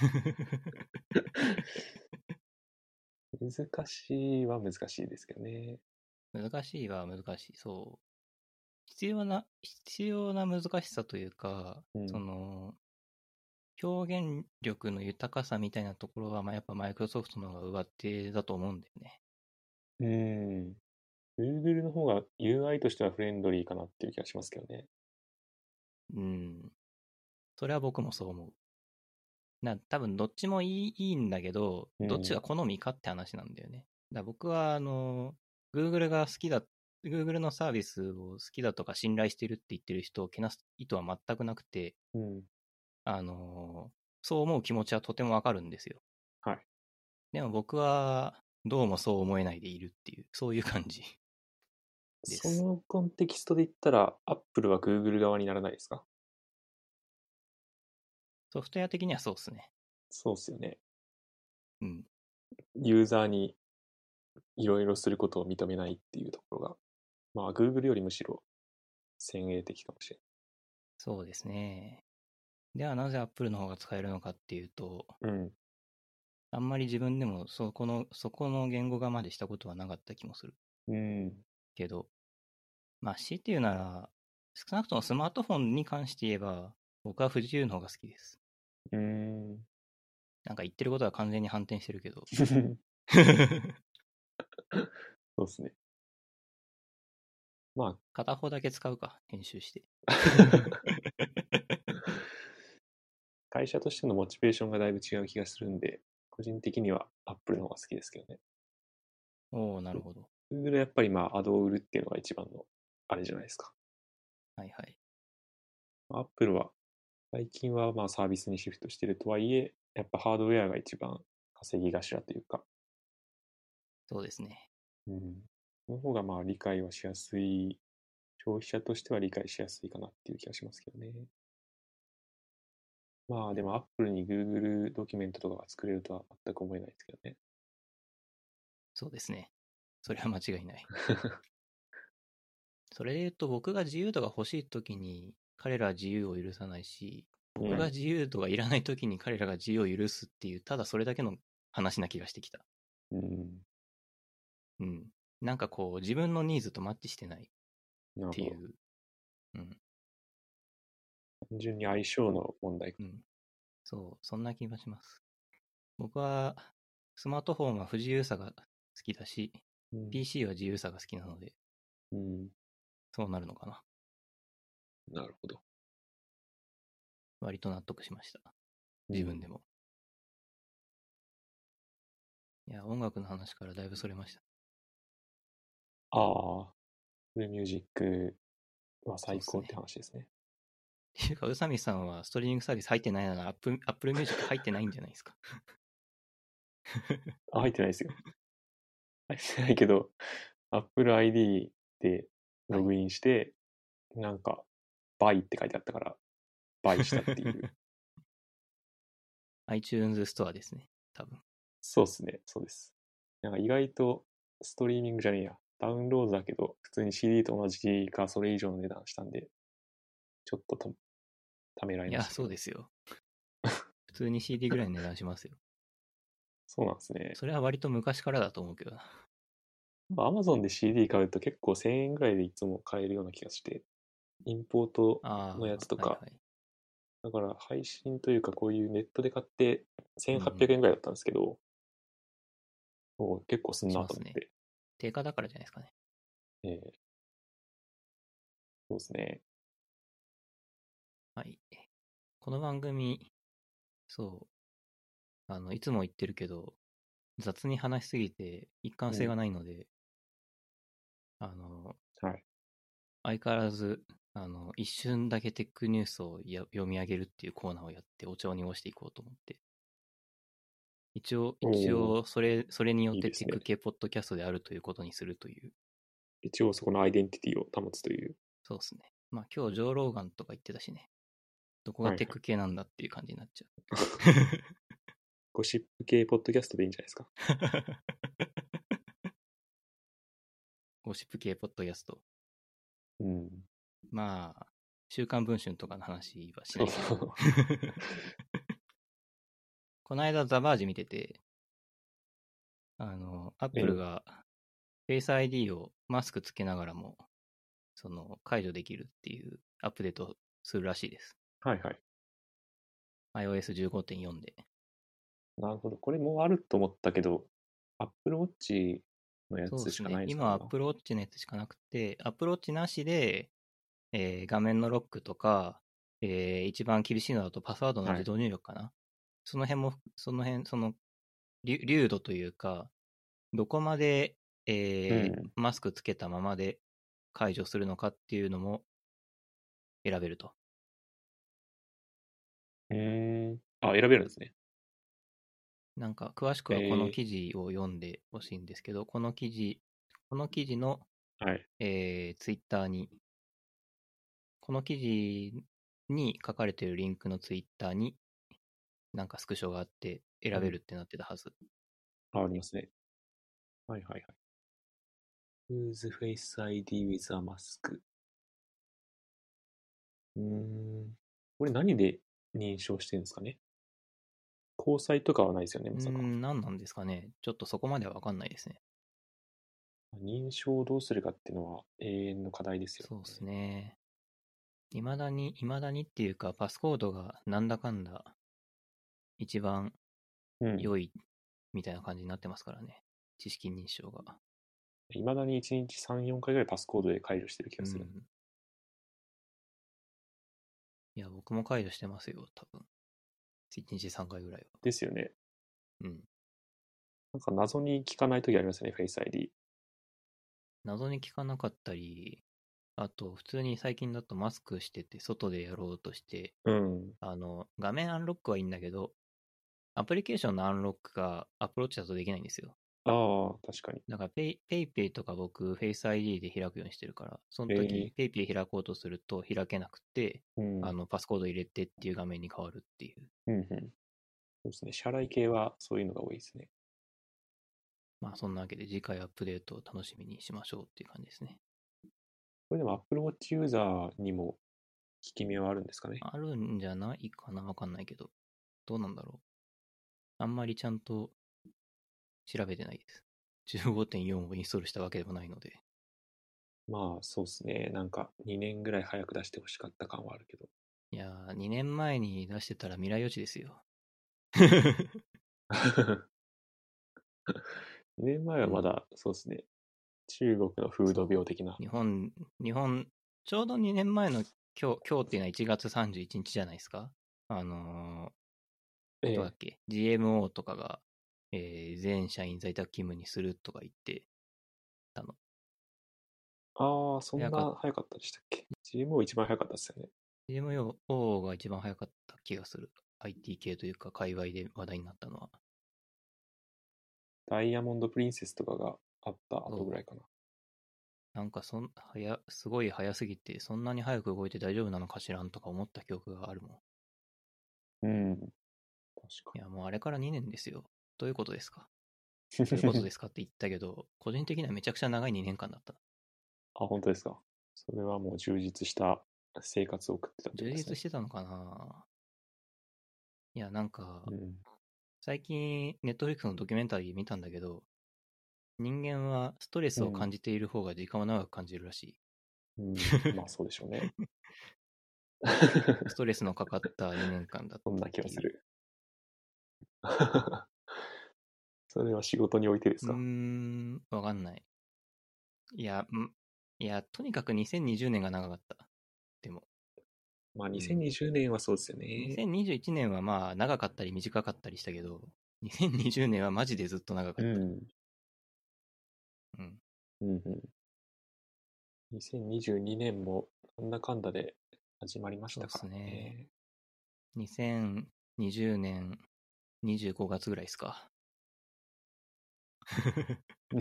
難しいは難しいですけどね。 難しいは難しい。そう。必要な、必要な難しさというか、 うん。 その、表現力の豊かさみたいなところは、まあ、やっぱマイクロソフトの方が上手だと思うんだよね。 うーん。Google の方が ユーアイ としてはフレンドリーかなっていう気がしますけどね。 うん。それは僕もそう思う。な、多分どっちもいい、いいんだけど、 うん。 どっちが好みかって話なんだよね。だから僕は、あの、Google が好きだ、Google のサービスを好きだとか信頼してるって言ってる人をけなす意図は全くなくて、 うん。 あの、そう思う気持ちはとてもわかるんですよ。 はい。 でも僕は、どうもそう思えないでいるっていう、そういう感じです。 そのコンテキストで言ったら、Apple は Google 側にならないですか？ ソフトウェア的にはそうですね。 そうっすよね。 うん。 ユーザーにいろいろすることを認めないっていうところが、まあ Google よりむしろ先鋭的かもしれそうですね。ではなぜ Apple の方が使えるのかっていうと、 ない。うん。 あんまり自分でもそこの、そこの言語化までしたことはなかった気もする。 うん。 けど、まあ、強いて言うなら、少なくともスマートフォンに関して言えば、僕は不自由の方が好きです。 うん。 なんか言ってることは完全に反転してるけど。 そうですね。ま片方だけ使うか、編集して。 あ、会社としてのモチベーションがだいぶ違う気がするんで、個人的には Apple の方が好きですけどね。 おお、なるほど。 Google はやっぱりまあ、アドを売るっていうのが一番の、あれじゃないですか。 はいはい。 Apple は、最近はまあサービスにシフトしてるとはいえ、やっぱハードウェアが一番稼ぎ頭というか、 そうですね。 うん。その方がまあ理解はしやすい、消費者としては理解しやすいかなっていう気がしますけどね。まあでも Apple に Google ドキュメントとかが作れるとは全く思えないですけどね。 そうですね。それは間違いない。それで言うと、僕が自由度が欲しいときに、彼らは自由を許さないし、僕がうん。 自由度がいらないときに彼らが自由を許すっていう、ただそれだけの話な気がしてきた。 うん。 うん。なんかこう、自分のニーズとマッチしてないっなるほど。 ていう。うん。 単純に相性の問題か。 うん。そう、そんな気がします。僕は、スマートフォンは不自由さが好きだし、 うん。 ピーシー は自由さが好きなので、 うん。 そうなるのかな。 なるほど。 割と納得しました。 うん。 自分でも。いや、音楽の話からだいぶそれました。 ああ、フルミュージックは最高ってそうっすね。 話ですね。 っていうか、宇佐美さんはストリーミングサービス入ってないなら、アップ、アップルミュージック入ってないんじゃないですか。 あ、入ってないですよ。入ってないけど、Apple アイディー ではい。 ログインして、なんか、バイって書いてあったから、バイしたっていう。 iTunes ストアですね。多分。 そうっすね、そうです。なんか意外とストリーミングじゃねえや。ダウンロードだけど、普通に シーディー と同じかそれ以上の値段したんで、ちょっとたためらいいや、 ましたけど。 そうですよ。普通に シーディー ぐらいの値段しますよ。 そうなんですね。 それは割と昔からだと思うけどな。 アマゾンで シーディー 買うと結構せんえんぐらいでいつも買えるような気がして、インポートのやああ、はいつとか、 はい。 だから配信というかこういうネットで買って1800 うんうん。 円ぐらいだったんですけど、もう結構すんしますね。 なと思って。 定価だからじゃないですかね。 えー、そうですね。 はい。この番組、そう、あの、いつも言ってるけど、雑に話しすぎて一貫うん。 性がないので、あの、 はい。 相変わらず、あの、一瞬だけテックニュースをや読み上げるっていうコーナーをやってお茶を濁していこうと思って。一応、 お一お、 応、それ、それによっていいですね。 テック系ポッドキャストであるということにするという。 一応そこのアイデンティティを保つという。 そうですね。まあ今日、ジョー・ローガンとか言ってたしね。どこがはいはい。 テック系なんだっていう感じになっちゃゴシップ系ポッドキャストでいいんじゃないですか。 う。ゴシップ系ポッドキャスト。 うん。 まあ、週刊文春とかの話はしそうないけど。 そう。 この間、ザ・バージ見てて、あの、アッええ、 プルがフェイス アイディー をマスクつけながらも、その、解除できるっていうアップデートするらしいです。 はいはい。 アイオーエスじゅうごてんよん で。 なるほど。これもうあると思ったけど、Apple Watch のやつしかなそうですね。今、 いですもんな。 Apple Watch のやつしかなくて、Apple Watch なしで、えー画面のロックとか、えー一番厳しいのだとパスワードのはい。 自動入力かな。その辺も、その辺、その、流流度というか、どこまで、えーうん。 マスクつけたままで解除するのかっていうのも選べると。 うーん。あ、選べるんですね。 なんか、詳しくはこのえ記事を読んでほしいんですけど、この記事、この記事の、 ー、はい。 えー、ツイッターに、この記事に書かれているリンクのツイッターに、なんかスクショがあって選べうん。 るってなってたはず。 あ、ありますね。はいはいはい。Use Face アイディー with a mask。うーん。これ何で認証してるんですかね。交際とかはないですよね、まさか。 うーん、何なんですかね。ちょっとそこまではわかんないですね。 認証をどうするかっていうのは永遠の課題ですよね。 そうですね。いまだに、いまだにっていうか、パスコードがなんだかんだ一番うん。 良いみたいな感じになってますからね。知識認証が。 いまだにいちにちさん、よんかいぐらいパスコードで解除してる気がする。 うん。いや、僕も解除してますよ、多分。いちにちさんかいぐらいは。 ですよね。 うん。 なんか謎に効かないときありますよね、フェイス アイディー。 謎に聞かなかったり、あと、普通に最近だとマスクしてて、外でやろうとして、 うん。 あの、画面アンロックはいいんだけど、アプリケーションのアンロックがアプローチだとできないんですよ。 ああ、確かに。 だからペイ、ペイペイとか僕、フェイス アイディー で開くようにしてるから、そのえ時、 ー、 ペイペイ開こうとすると開けなくて、 うん。 あの、パスコード入れてっていう画面に変わるっていう。 うん、うん。そうですね。支払い系はそういうのが多いですね。 まあ、そんなわけで次回アップデートを楽しみにしましょうっていう感じですね。 これでも Apple Watch ユーザーにも効き目はあるんですかね。 あるんじゃないかな、わかんないけど。どうなんだろう。あんまりちゃんと調べてないです。じゅうごてんよんをインストールしたわけでもないので。 まあ、そうですね。なんかにねんぐらい早く出してほしかった感はあるけど。 いやー、にねんまえに出してたら未来予知ですよ。 にねんまえうん。 はまだ、そうですね。中国の風土そ病的な。 う。日本、日本、ちょうどにねんまえの今日、今日っていうのはいちがつさんじゅういちにちじゃないですか。あのー、 ええ。 どうだっけ ?ジーエムオー とかが、えー全社員在宅勤務にするとか言ってたの。 ああ、そん早かっな早かったでしたっけ？ ジーエムオー 一番早かったですよね。 ジーエムオー が一番早かった気がする。アイティー 系というか、界隈で話題になったのは。 ダイヤモンド・プリンセスとかがあった後ぐらそいかな。 う。なんかそん、早、すごい早すぎて、そんなに早く動いて大丈夫なのかしらんとか思った記憶があるもん。 うん、確かいや、もうあれからにねんですよ。どういうことですかどういうことに。 ですかって言ったけど、個人的にはめちゃくちゃ長いにねんかんだった。 あ、本当ですか。それはもう充実した生活を送ってたってこ充とですね。 実してたのかないや、なんか、 うん。 最近、ネットフリックスのドキュメンタリー見たんだけど、人間はストレスをうん。 感じている方が時間を長く感じるらしい。 うん。まあそうでしょうね。 ストレスのかかったにねんかんだっそんなたっていう。 気がする。それは仕事においてですうーか？ ん、わかんない。いや、んいや、とにかくにせんにじゅうねんが長かった。でも、 まあうん。 にせんにじゅうねんはそうですよね。 にせんにじゅういちねんはまあ長かったり短かったりしたけど、にせんにじゅうねんはマジでずっと長かった。 うん。 うん。 うんうん。にせんにじゅうにねんもなんだかんだで始まりましそうったからすね。 ね。 にせんにじゅうねんにじゅうごがつぐらいですか。 うん。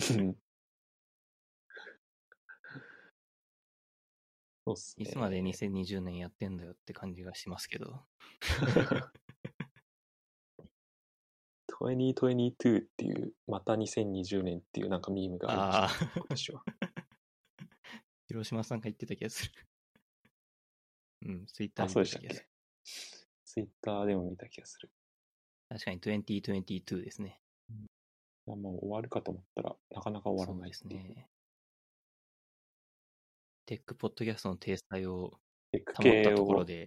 そうっすいつまでね。 にせんにじゅうねんやってんだよって感じがしますけど。 にせんにじゅうにっていう、またにせんにじゅうねんっていうなんかミームがありましたああ、 ね、今年は。 広島さんが言ってた気がする。うん、ツイッターあ、 でそう言ってた気がする。 でしたっけ？ツイッターでも見た気がする。 確かににせんにじゅうにですね。 いや、もう終わるかと思ったらなかなか終わらそうでないっていう。 すね。テックポッドキャストの体裁をテック保った系をところで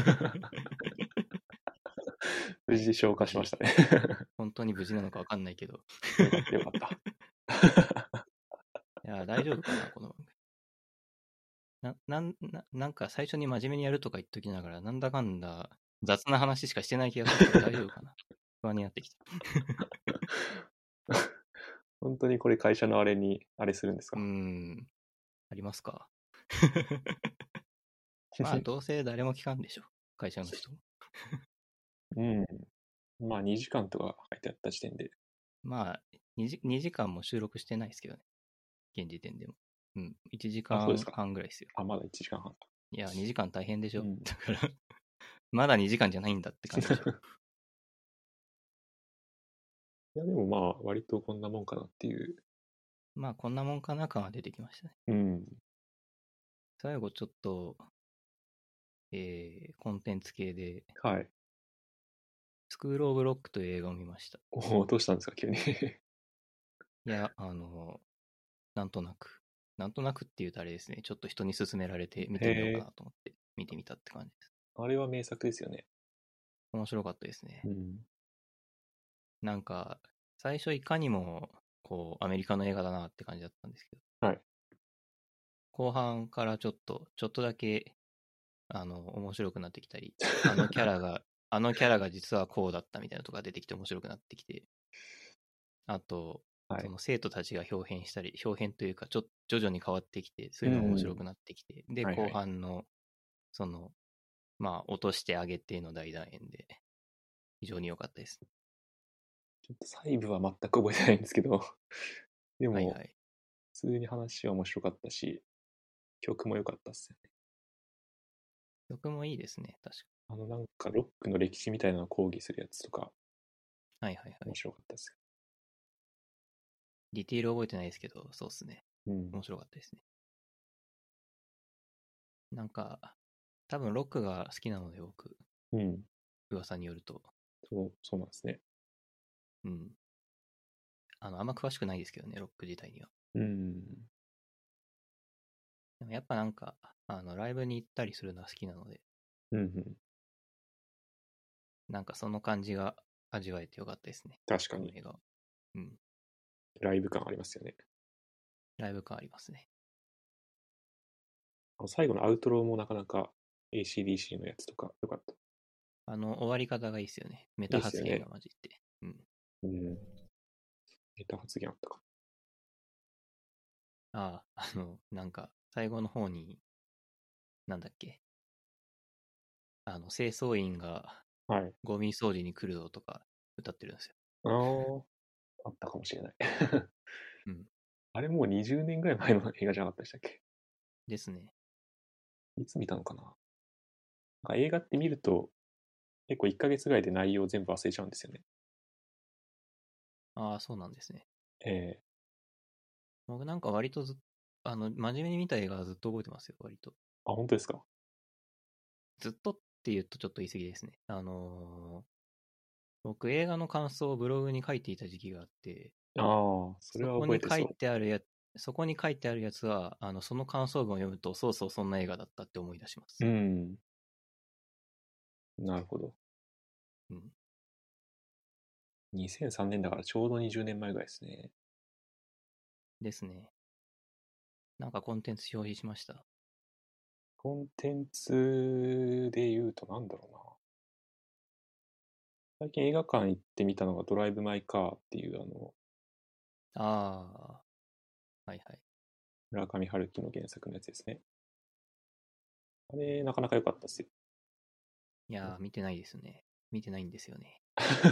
無事消無事、 化しましたね。 本当に無事なのかわかんないけど。 よかったよかった。 いや、大丈夫かな、この番組。な、なんな、なんか最初に真面目にやるとか言っときながら、なんだかんだ雑な話しかしてない気がするけど大丈夫かな。不安になってきた。 本当にこれ会社のあれに、あれするんですうーか？ ん、ありますか。まあ、どうせ誰も聞かんでしょ。会社の人も。 うん。まあにじかんとか書いてあった時点で。 まあ2時、にじかんも収録してないですけどね。現時点でも。うん。1 あ、 時間そうですか。 半ぐらいですよ。 あ、まだいちじかんはんか。 いや、にじかん大変でしょ。 うん。 だからまだにじかんじゃないんだって感じでしょ。 いや、でもまあ、割とこんなもんかなっていう。 まあ、こんなもんかな感は出てきましたね。 うん。 最後ちょっと、えー、コンテンツ系で、 はい。 スクールオブロックという映画を見ました。 おお、どうしたんですか、急に。 いや、あの、 なんとなく。なんとなくって言うとあれですね。ちょっと人に勧められて見てみようかへえ、 なと思って見てみたって感じです。 あれは名作ですよね。 面白かったですね。 うん。 なんか、最初いかにも、こう、アメリカの映画だなって感じだったんですけど、 はい。 後半からちょっと、ちょっとだけ、あの、面白くなってきたり、あのキャラが、あのキャラが実はこうだったみたいなのとか出てきて面白くなってきて、あと、 はい。 その生徒たちが表変したり、表変というか、ちょ徐々に変わってきて、そういうのが面うん。 白くなってきて、で、後はいはい。 半の、その、まあ、落としてあげての大団円で、非常に良かったです。 ちょっと細部は全く覚えてないんですけど、でも、 はいはい。 普通に話は面白かったし、曲も良かったっすよね。 曲もいいですね、確かあの、なんかロックの歴史みたいなのを講義するやつとか、 はいはいは面い。 白かったですディティール覚えてないですけど、そうっすね。 よ。うん。 面白かったですね。なんか、多分ロックが好きなので、僕、 うん。 噂によると。 そう、そうなんですね。 うん。あの、あんま詳しくないですけどね、ロック自体には。 うん。 でもやっぱなんか、あの、ライブに行ったりするのは好きなので、 うん、うん。 なんかその感じが味わえてよかったですね。 確かに、 この映画は。うん。 ライブ感ありますよね。 ライブ感ありますね。 あの最後のアウトローもなかなか エーシーディーシー のやつとか良かった。 あの、終わり方がいいですよね。メいいタ発言がっすよね。 混じって。うん。 うん。ネタ発言あったかああ、あの、なんか、最後の方に、なんだっけ、あの、清掃員がな。はい。 ゴミ掃除に来るぞとか歌ってるんですよ。 ああ、あったかもしれない。 うん。 あれもうにじゅうねんぐらい前の映画じゃなかったでしたっけ？ ですね。 いつ見たのかな？なんか映画って見ると結構いっかげつぐらいで内容全部忘れちゃうんですよね。 ああ、そうなんですね。 ええ、 僕なんか割とずっあの、真面目に見た映画はずっと覚えてますよ、割と。 あ、本当ですか？ ずっとって言うとちょっと言い過ぎですね。あのー僕映画の感想をブログに書いていた時期があって、 ああ、それそはこに書い覚えてそてあるや、そこに書いてあるやつは、あの、その感想文を読むと、そうそうそんな映画だったって思い出しまう。 す。 うん、なるほど。 うん。 にせんさんねんだからちょうどにじゅうねんまえぐらいですね。 ですね。なんかコンテンツ表示しました。 コンテンツで言うとなんだろうな。最近映画館行ってみたのがドライブ・マイ・カーっていうあの、 ああ、はいはい。 村上春樹の原作のやつですね。あれ、なかなか良かったですよ。 いやー、見てないですね。見てないんですよね。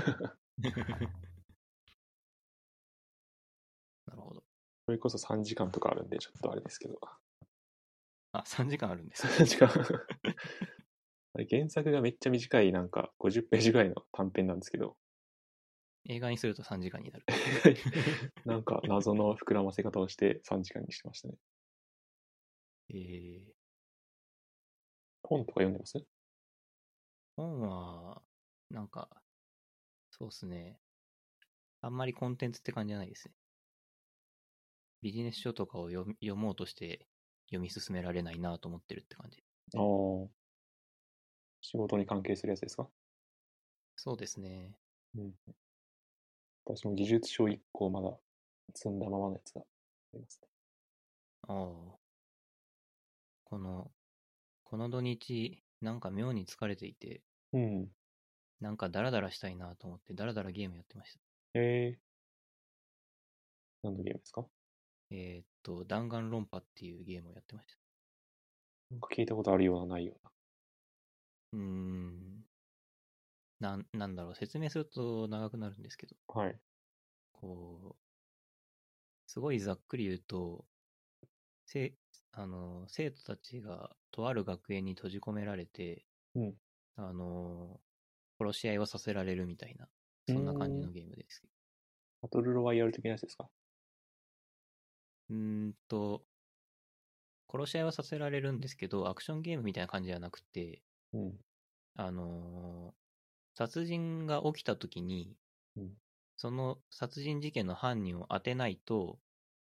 なるほど。 それこそさんじかんとかあるんで、ちょっとあれですけど。 あ、さんじかんあるんですか？ さんじかんあれ原作がめっちゃ短い、なんかごじゅっページぐらいの短編なんですけど、 映画にするとさんじかんになる。 なんか謎の膨らませ方をしてさんじかんにしてましたね。 えー、 本とか読んでます？ 本は、なんか、そうっすね。あんまりコンテンツって感じじゃないですね。ビジネス書とかを読み読もうとして読み進められないなと思ってるって感じ。 ああ、仕事に関係するやつですか？ そうですね。 うん。私も技術書いっこまだ積んだままのやつがありますね。 ああ、この、この土日、なんか妙に疲れていて、 うん。 なんかダラダラしたいなと思ってダラダラゲームやってました。 えー、何のゲームですか？ えーっと、弾丸論破っていうゲームをやってました。 なんか聞いたことあるような、ないようーん、なん、なんだろう、説明すると長くなるんですけど、 うな。はい。 こう、すごいざっくり言うと、せあの生徒たちがとある学園に閉じ込められて、 うん。 あの殺し合いをさせられるみたいな、 うーそんな感じのん。 ゲームです。 バトルロワイヤル的なやつですか？ うーんと、殺し合いはさせられるんですけど、アクションゲームみたいな感じじゃなくて、 うん。 あの殺人が起きた時に、 うん。 その殺人事件の犯人を当てないと、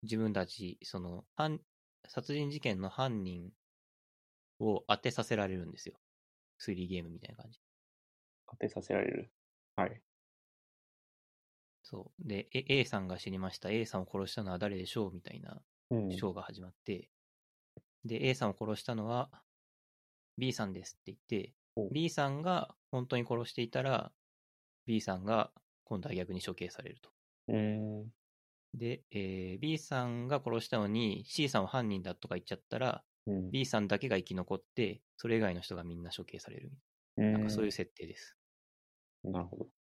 自分たち、その、犯殺人事件の犯人を当てさせられるんですよ。推理ゲームみたいな感じ。 当てさせられる。はい。 そう。で、え A さんが死にました。A さんを殺したのは誰でしょうみたいなうん。 ショーが始まって、で、A さんを殺したのは B さんですって言って、 お B さんが本当に殺していたら、B さんが今度は逆に処刑されると。 うーん。 で、えー B さんが殺したのに C さんは犯人だとか言っちゃったら、 うん。 B さんだけが生き残って、それ以外の人がみんな処刑される。 うーなんかそういうん。 設定です。 なるほど。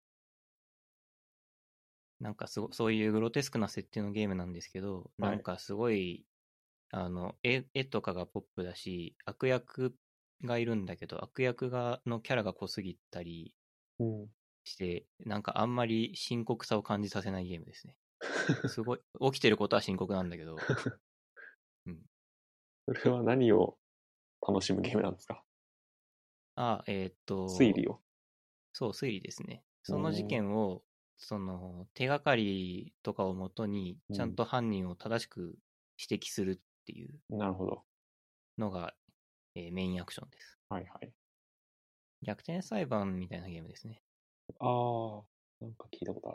なんかすごそういうグロテスクな設定のゲームなんですけど、 はい。 なんかすごい、あの、絵絵とかがポップだし、悪役がいるんだけど、悪役がのキャラが濃すぎたりうん。 して、なんかあんまり深刻さを感じさせないゲームですね。すごい、起きてることは深刻なんだけど、うん。 それは何を楽しむゲームなんですか？ あ、えーっと、 推理を。 そう、推理ですね。 うーその事ん。 件を、その、手がかりとかをもとに、 うん。 ちゃんと犯人を正しく指摘するっていうなるほど。 のが、えーメインアクションです。 はいはい。 逆転裁判みたいなゲームですね。 ああ、なんか聞いたことあ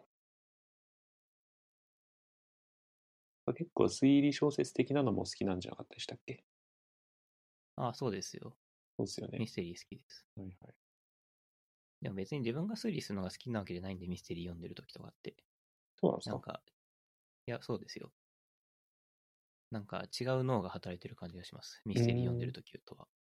る。結構推理小説的なのも好きなんじゃなかったでしたっけ？ あ、そうですよ。 そうですよね。 ミステリー好きです。 はいはい。 でも別に自分が推理するのが好きなわけじゃないんで、ミステリー読んでる時とかって。 そうなんですか？ なんか、いや、そうですよ。なんか違う脳が働いてる感じがします。ミうーステリー読んでるん。 時とは。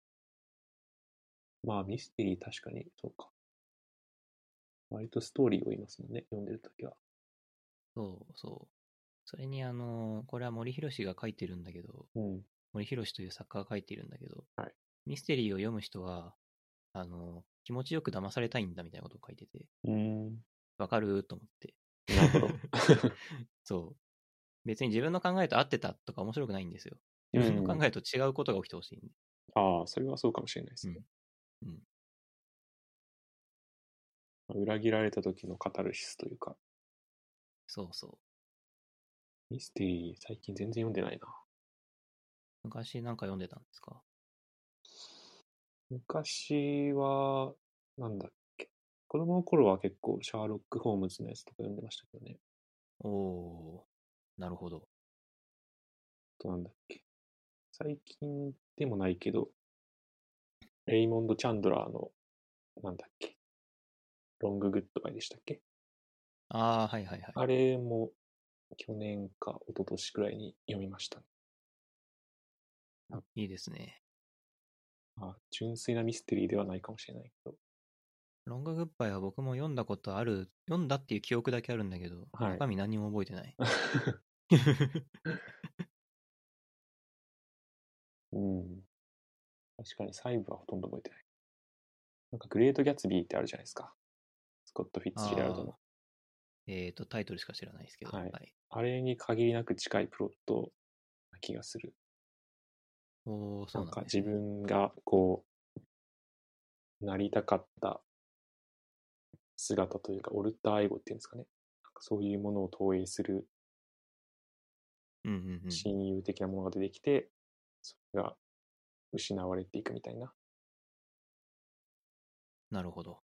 まあミステリー確かにそうか。割とストーリーを言いますもんね、読んでるときは。 そうそう。それにあの、これは森博が書いてるんだけど、 うん。 森博という作家が書いてるんだけど、 はい。 ミステリーを読む人は、あの、気持ちよく騙されたいんだみたいなことを書いてて、 うーん。 わかると思って。 なるほど。 そう。別に自分の考えと合ってたとか面白くないんですよ。自分の考うん。 えと違うことが起きてほしいんで。 ああ、それはそうかもしれないですね。 うん。うん。 裏切られた時のカタルシスというか、 そうそう。 ミステリー最近全然読んでないな。 昔なんか読んでたんですか？ 昔は、なんだっけ。子供の頃は結構シャーロック・ホームズのやつとか読んでましたけどね。 おー、なるほど。 あとなんだっけ。最近でもないけど、レイモンド・チャンドラーの、なんだっけ。ロング・グッドバイでしたっけ？ あー、はいはいはい。 あれも去年か一昨年くらいに読みましたね。 いいですね。 あ、純粋なミステリーではないかもしれないけど。 ロンググッバイは僕も読んだことある、読んだっていう記憶だけあるんだけど、 はい。 中身何も覚えてない。 うん。確かに細部はほとんど覚えてない。なんかグレート・ギャツビーってあるじゃないですか。スコット・フィッツジェラルドの。 あー、えーと、タイトルしか知らないですけど、 はい。 はい。 あれに限りなく近いプロットな気がする。 おー、 なそんか自うなんですね。 分がこう、なりたかった姿というか、オルターエゴっていうんですかね。なんかそういうものを投影するうんうんうん。 親友的なものが出てきて、それが失われていくみたいな。 なるほど。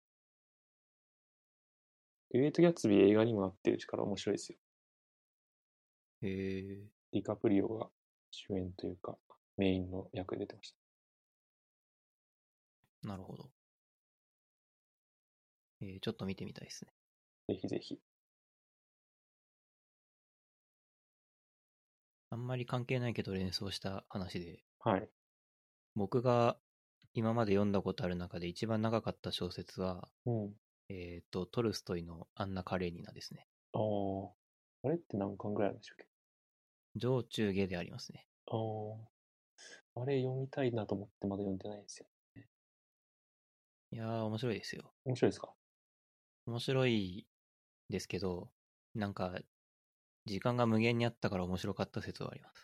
グレート・ギャツビー映画にもなってるから面白いですよ。 へー、 ディカプリオが主演というか、メインの役で出てましなるほど。えー、ちょっと見てみたいですね。 た。ぜひぜひ。 あんまり関係ないけど連想した話で、 はい。 僕が今まで読んだことある中で一番長かった小説は、 うん。 えっと、トルストイのアンナ・カレーニナですね。 ああ。あれって何巻ぐらいなんでしょうっけ？ 上中下でありますね。 ああ。あれ読みたいなと思ってまだ読んでないんですよ。 いやー、面白いですよ。 面白いですか？ 面白いですけど、なんか、時間が無限にあったから面白かった説はあります。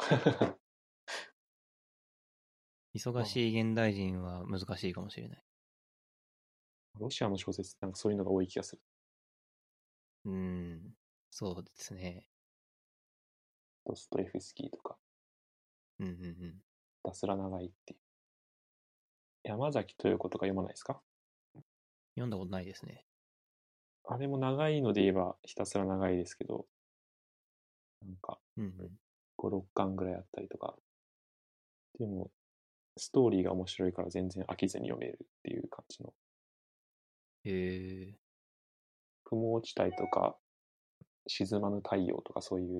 忙まあ、 しい現代人は難しいかもしれない。 ロシアの小説ってなんかそういうのが多い気がする。 うーん、そうですね。 ドストエフスキーとか、 うんうんうん。 ひたすら長いっていう。山崎豊子とか読まないですか？ 読んだことないですね。 あれも長いので言えばひたすら長いですけど、なんかうんうん。 ご、ろっかんぐらいあったりとか。でも、ストーリーが面白いから全然飽きずに読めるっていう感じの。 へえ。 不毛地帯とか、沈まぬ太陽とかそういう。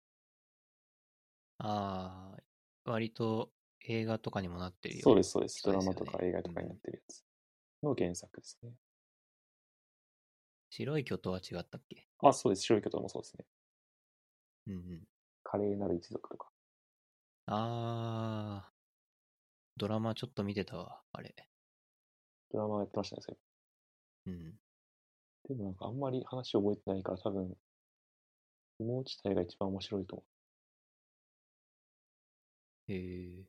ああ、割と映画とかにもなってるようなそうです、そうです。ド人ラマとですよね。 か映画とかになっうん。 てるやつの原作ですね。 白い巨塔は違ったっけ？ あ、そうです。白い巨塔もそうですね。 うんうん。 華麗なる一族とか。 ああ、ドラマちょっと見てたわ、あれ。 ドラマやってましたね、それ。 うん。 でもなんかあんまり話覚えてないから多分、不毛地帯が一番面白いと思へえ。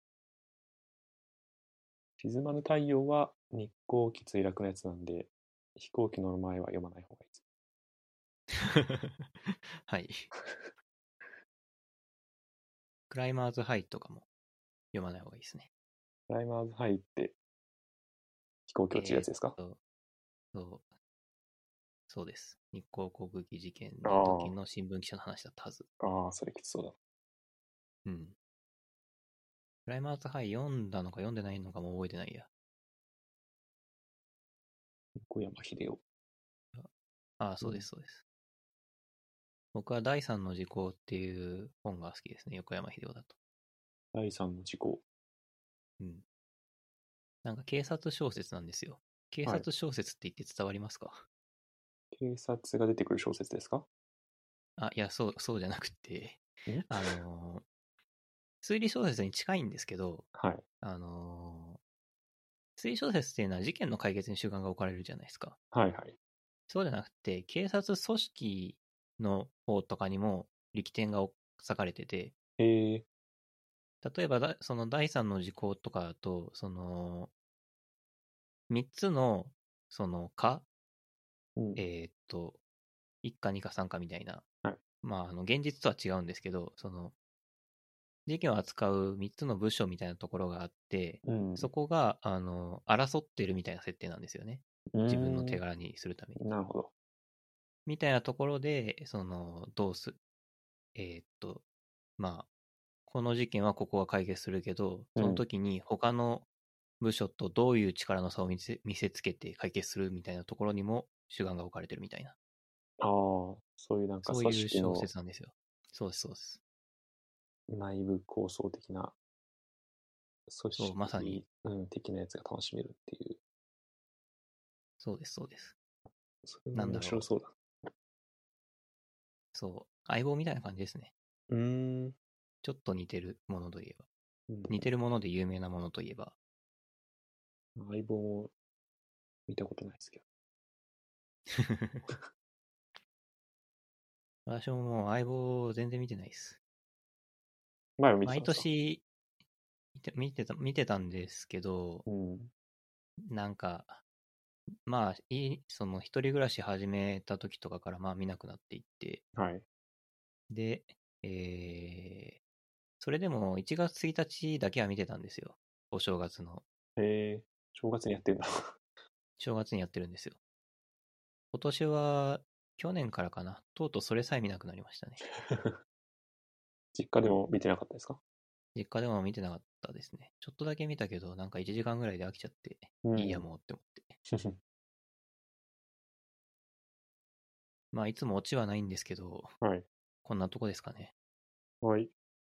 う。沈まぬ太陽は日航機墜落のやつなんで、飛行機乗る前は読まない方がいいです。 はい。クライマーズハイとかも読まない方がいいですね。 クライマーズハイって飛行機落ちるやえーっつですか？ と、そう、そうです。日航航空機事件の時あの新聞記者の話だったはず。 あ、ああ、それきつそうだ。 うん。クライマーズハイ読んだのか読んでないのかも覚えてないや。 横山秀夫。 ああ、 うん。 そうです、そうです。僕は第三の時効っていう本が好きですね、横山秀夫だと。 第三の事項。 うん。なんか警察小説なんですよ。警はい。 察小説って言って伝わりますか？ 警察が出てくる小説ですか？ あ、いや、そう、そうじゃなくて、 んあのー推理小説に近いんですけど、 はい。 あのー推理小説っていうのは事件の解決に主眼が置かれるじゃないですか。 はいはい。 そうじゃなくて、警察組織の方とかにも力点が割かれてて、 えー、 例えばだ、その第三の時効とかだと、その、三つの、その、課、 うん。 えーっと、一課、二課、三課みたいな、 はい。 まあ、あの、現実とは違うんですけど、その、事件を扱う三つの部署みたいなところがあって、 うん。 そこが、あの、争ってるみたいな設定なんですよね。 うー自分の手ん。 柄にするために。 なるほど。 みたいなところで、その、どうす、えーっと、まあ、この事件はここが解決するけど、そのうん。 時に他の部署とどういう力の差を見せ見せつけて解決するみたいなところにも主眼が置かれてるみたいな、 ああ、そういうなんか組そういう小織の説なんですよ。そうです、そうです。 内部構想的な、組そう、まさに、 織、うん、的なやつが楽しめるっていう。 そうです、そうです。 それもなんだろう。 面白そうだ。 そう、相棒みたいな感じですね。 うーん。 ちょっと似てるものといえば。 うん、 似てるもので有名なものといえば。 相棒も見たことないですけど。 私ももう相棒全然見てないです。 前は見てたん毎ですか？ 年見て見てた、見てたんですけど、 うん。 なんか、まあ、いい、その一人暮らし始めた時とかからまあ見なくなっていって、 はい。 で、えー、それでもいちがつついたちだけは見てたんですよ。お正月の。 えー、正月にやってんだ。 正月にやってるんですよ。今年は、去年からかな。とうとうそれさえ見なくなりましたね。 実家でも見てなかったですか？ 実家でも見てなかったですね。ちょっとだけ見たけど、なんかいちじかんぐらいで飽きちゃって、 うん。 いいやもうって思って。まあ、いつもオチはないんですけど、 はい。 こんなとこですかね。 はい。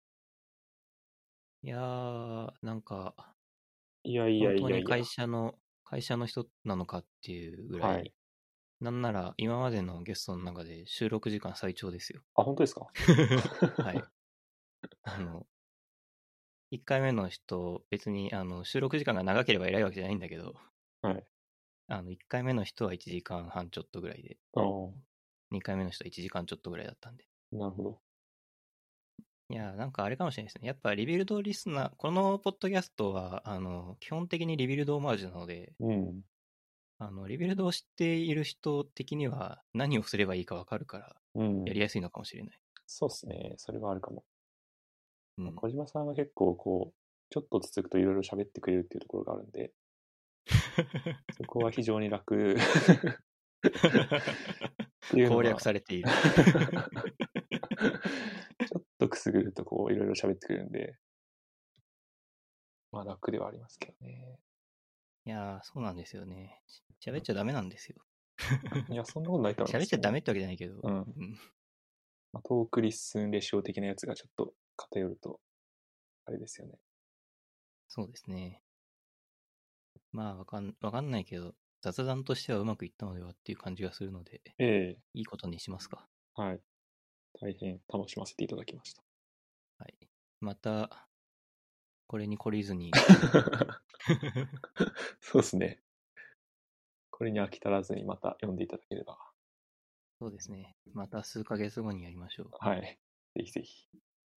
いやー、なんか、 いやいや本当にいやいや。 会社の、会社の人なのかっていうぐらはい。 い、なんなら今までのゲストの中で収録時間最長ですよ。 あ、本当ですか？ はい。あの、いっかいめの人、別にあの収録時間が長ければ偉いわけじゃないんだけど、 はい。 あのいっかいめの人はいちじかんはんちょっとぐらいで、 ああ、 にかいめの人はいちじかんちょっとぐらいだったんで。 なるほど。 いやー、なんかあれかもしれないですね。やっぱリビルドリスナー、このポッドキャストは、あの、基本的にリビルドオマージュなので、 うん。 あの、リビルドを知っている人的には何をすればいいかわかるから、 うん。 やりやすいのかもしれない。 そうですね。それはあるかも。 うん。 小島さんが結構こう、ちょっと続くといろいろ喋ってくれるっていうところがあるんで、そこは非常に楽っていうの攻略がされている。 ちょっとくすぐるとこういろいろ喋ってくれるんで、まあ楽ではありますけどね。 いやー、そうなんですよね。し喋っちゃダメなんですよ。 いや、そんなことないと思いますよ。 喋っちゃダメってわけじゃないけど。 うん。 うん。 まあ、トークリッスンレシオ的なやつがちょっと偏ると、あれですよね。 そうですね。まあ、わかん、わかんないけど、雑談としてはうまくいったのではっていう感じがするので、 ええ、 いいことにしますか。 はい。大変楽しませていただきました。 はい。また、これに懲りずにそうですね。これに飽き足らずにまた読んでいただければ。 そうですね。また数ヶ月後にやりましょう。 はい。ぜひぜひ。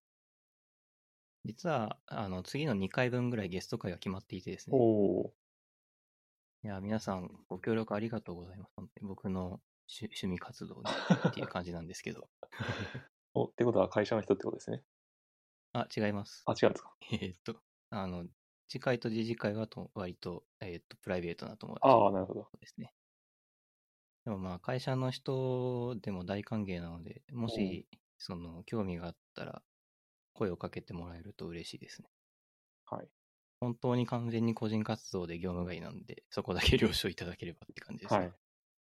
実は、あの、次のにかいぶんぐらいゲスト会が決まっていてですおね。 お。 いや、皆さん、ご協力ありがとうございます。本当に僕の趣趣味活動にっていう感じなんですけど。 お、ってことは会社の人ってことですね。 あ、違います。 あ、違うんですか。 えーっと、あの、次回と次次回はと割と、えーっと、プライベートな友達ああ、なるほど。 ですね。でもまあ、会社の人でも大歓迎なので、もうん。 し、その、興味があったら、声をかけてもらえると嬉しいですね。 はい。 本当に完全に個人活動で業務外なんで、そこだけ了承いただければって感じですが。 はい。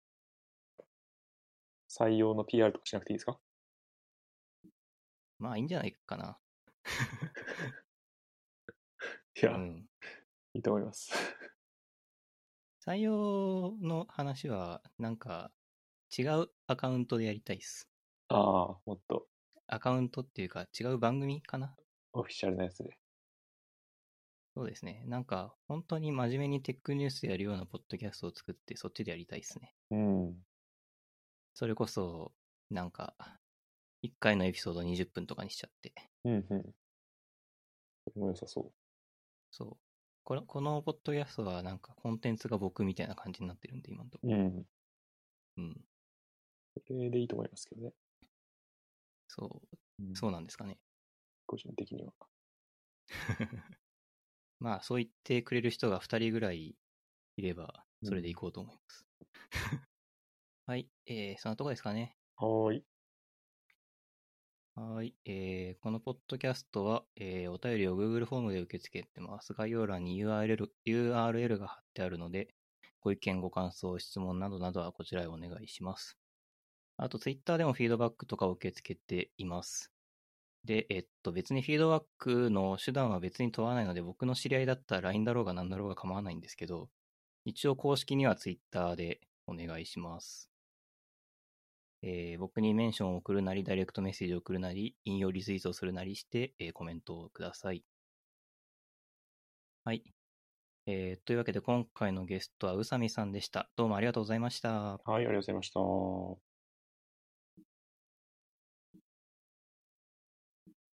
採用の ピーアール とかしなくていいですか。 まあ、いいんじゃないかな。 いや、 うん。 いいと思います。 採用の話は、なんか、違うアカウントでやりたいっす。 ああ、もっとアカウントっていうか、違う番組かな。 オフィシャルなやつで。 そうですね。なんか、本当に真面目にテックニュースやるようなポッドキャストを作って、そっちでやりたいっすね。 うん。 それこそ、なんか、いっかいのエピソードにじゅっぷんとかにしちゃって。 うん、うん。それも良さそそう。この、このポッドキャストはなんかコンテンツが僕みたいな感じになってるんで、今のとこう。うん。 ろ。うん。 それでいいと思いますけどね。 そう、 うん。 そうなんですかね。 個人的には。 まあ、そう言ってくれる人がふたりぐらいいれば、それでいうん。 こうと思います。はい。えー、そんなとこですかね。 はーい。 はい。えー、このポッドキャストは、えー、お便りを Google フォームで受け付けてます。概要欄に ユーアールエル、ユーアールエル が貼ってあるので、ご意見、ご感想、質問などなどはこちらへお願いします。あと、Twitter でもフィードバックとかを受け付けています。で、えっと、別にフィードバックの手段は別に問わないので、僕の知り合いだったら ライン だろうが何だろうが構わないんですけど、一応公式には Twitter でお願いします。えー僕にメンションを送るなり、ダイレクトメッセージを送るなり、引用リツイートをするなりして、えーコメントをください。はい。えーというわけで今回のゲストは宇佐美さんでした。どうもありがとうございました。 はい、ありがとうございました。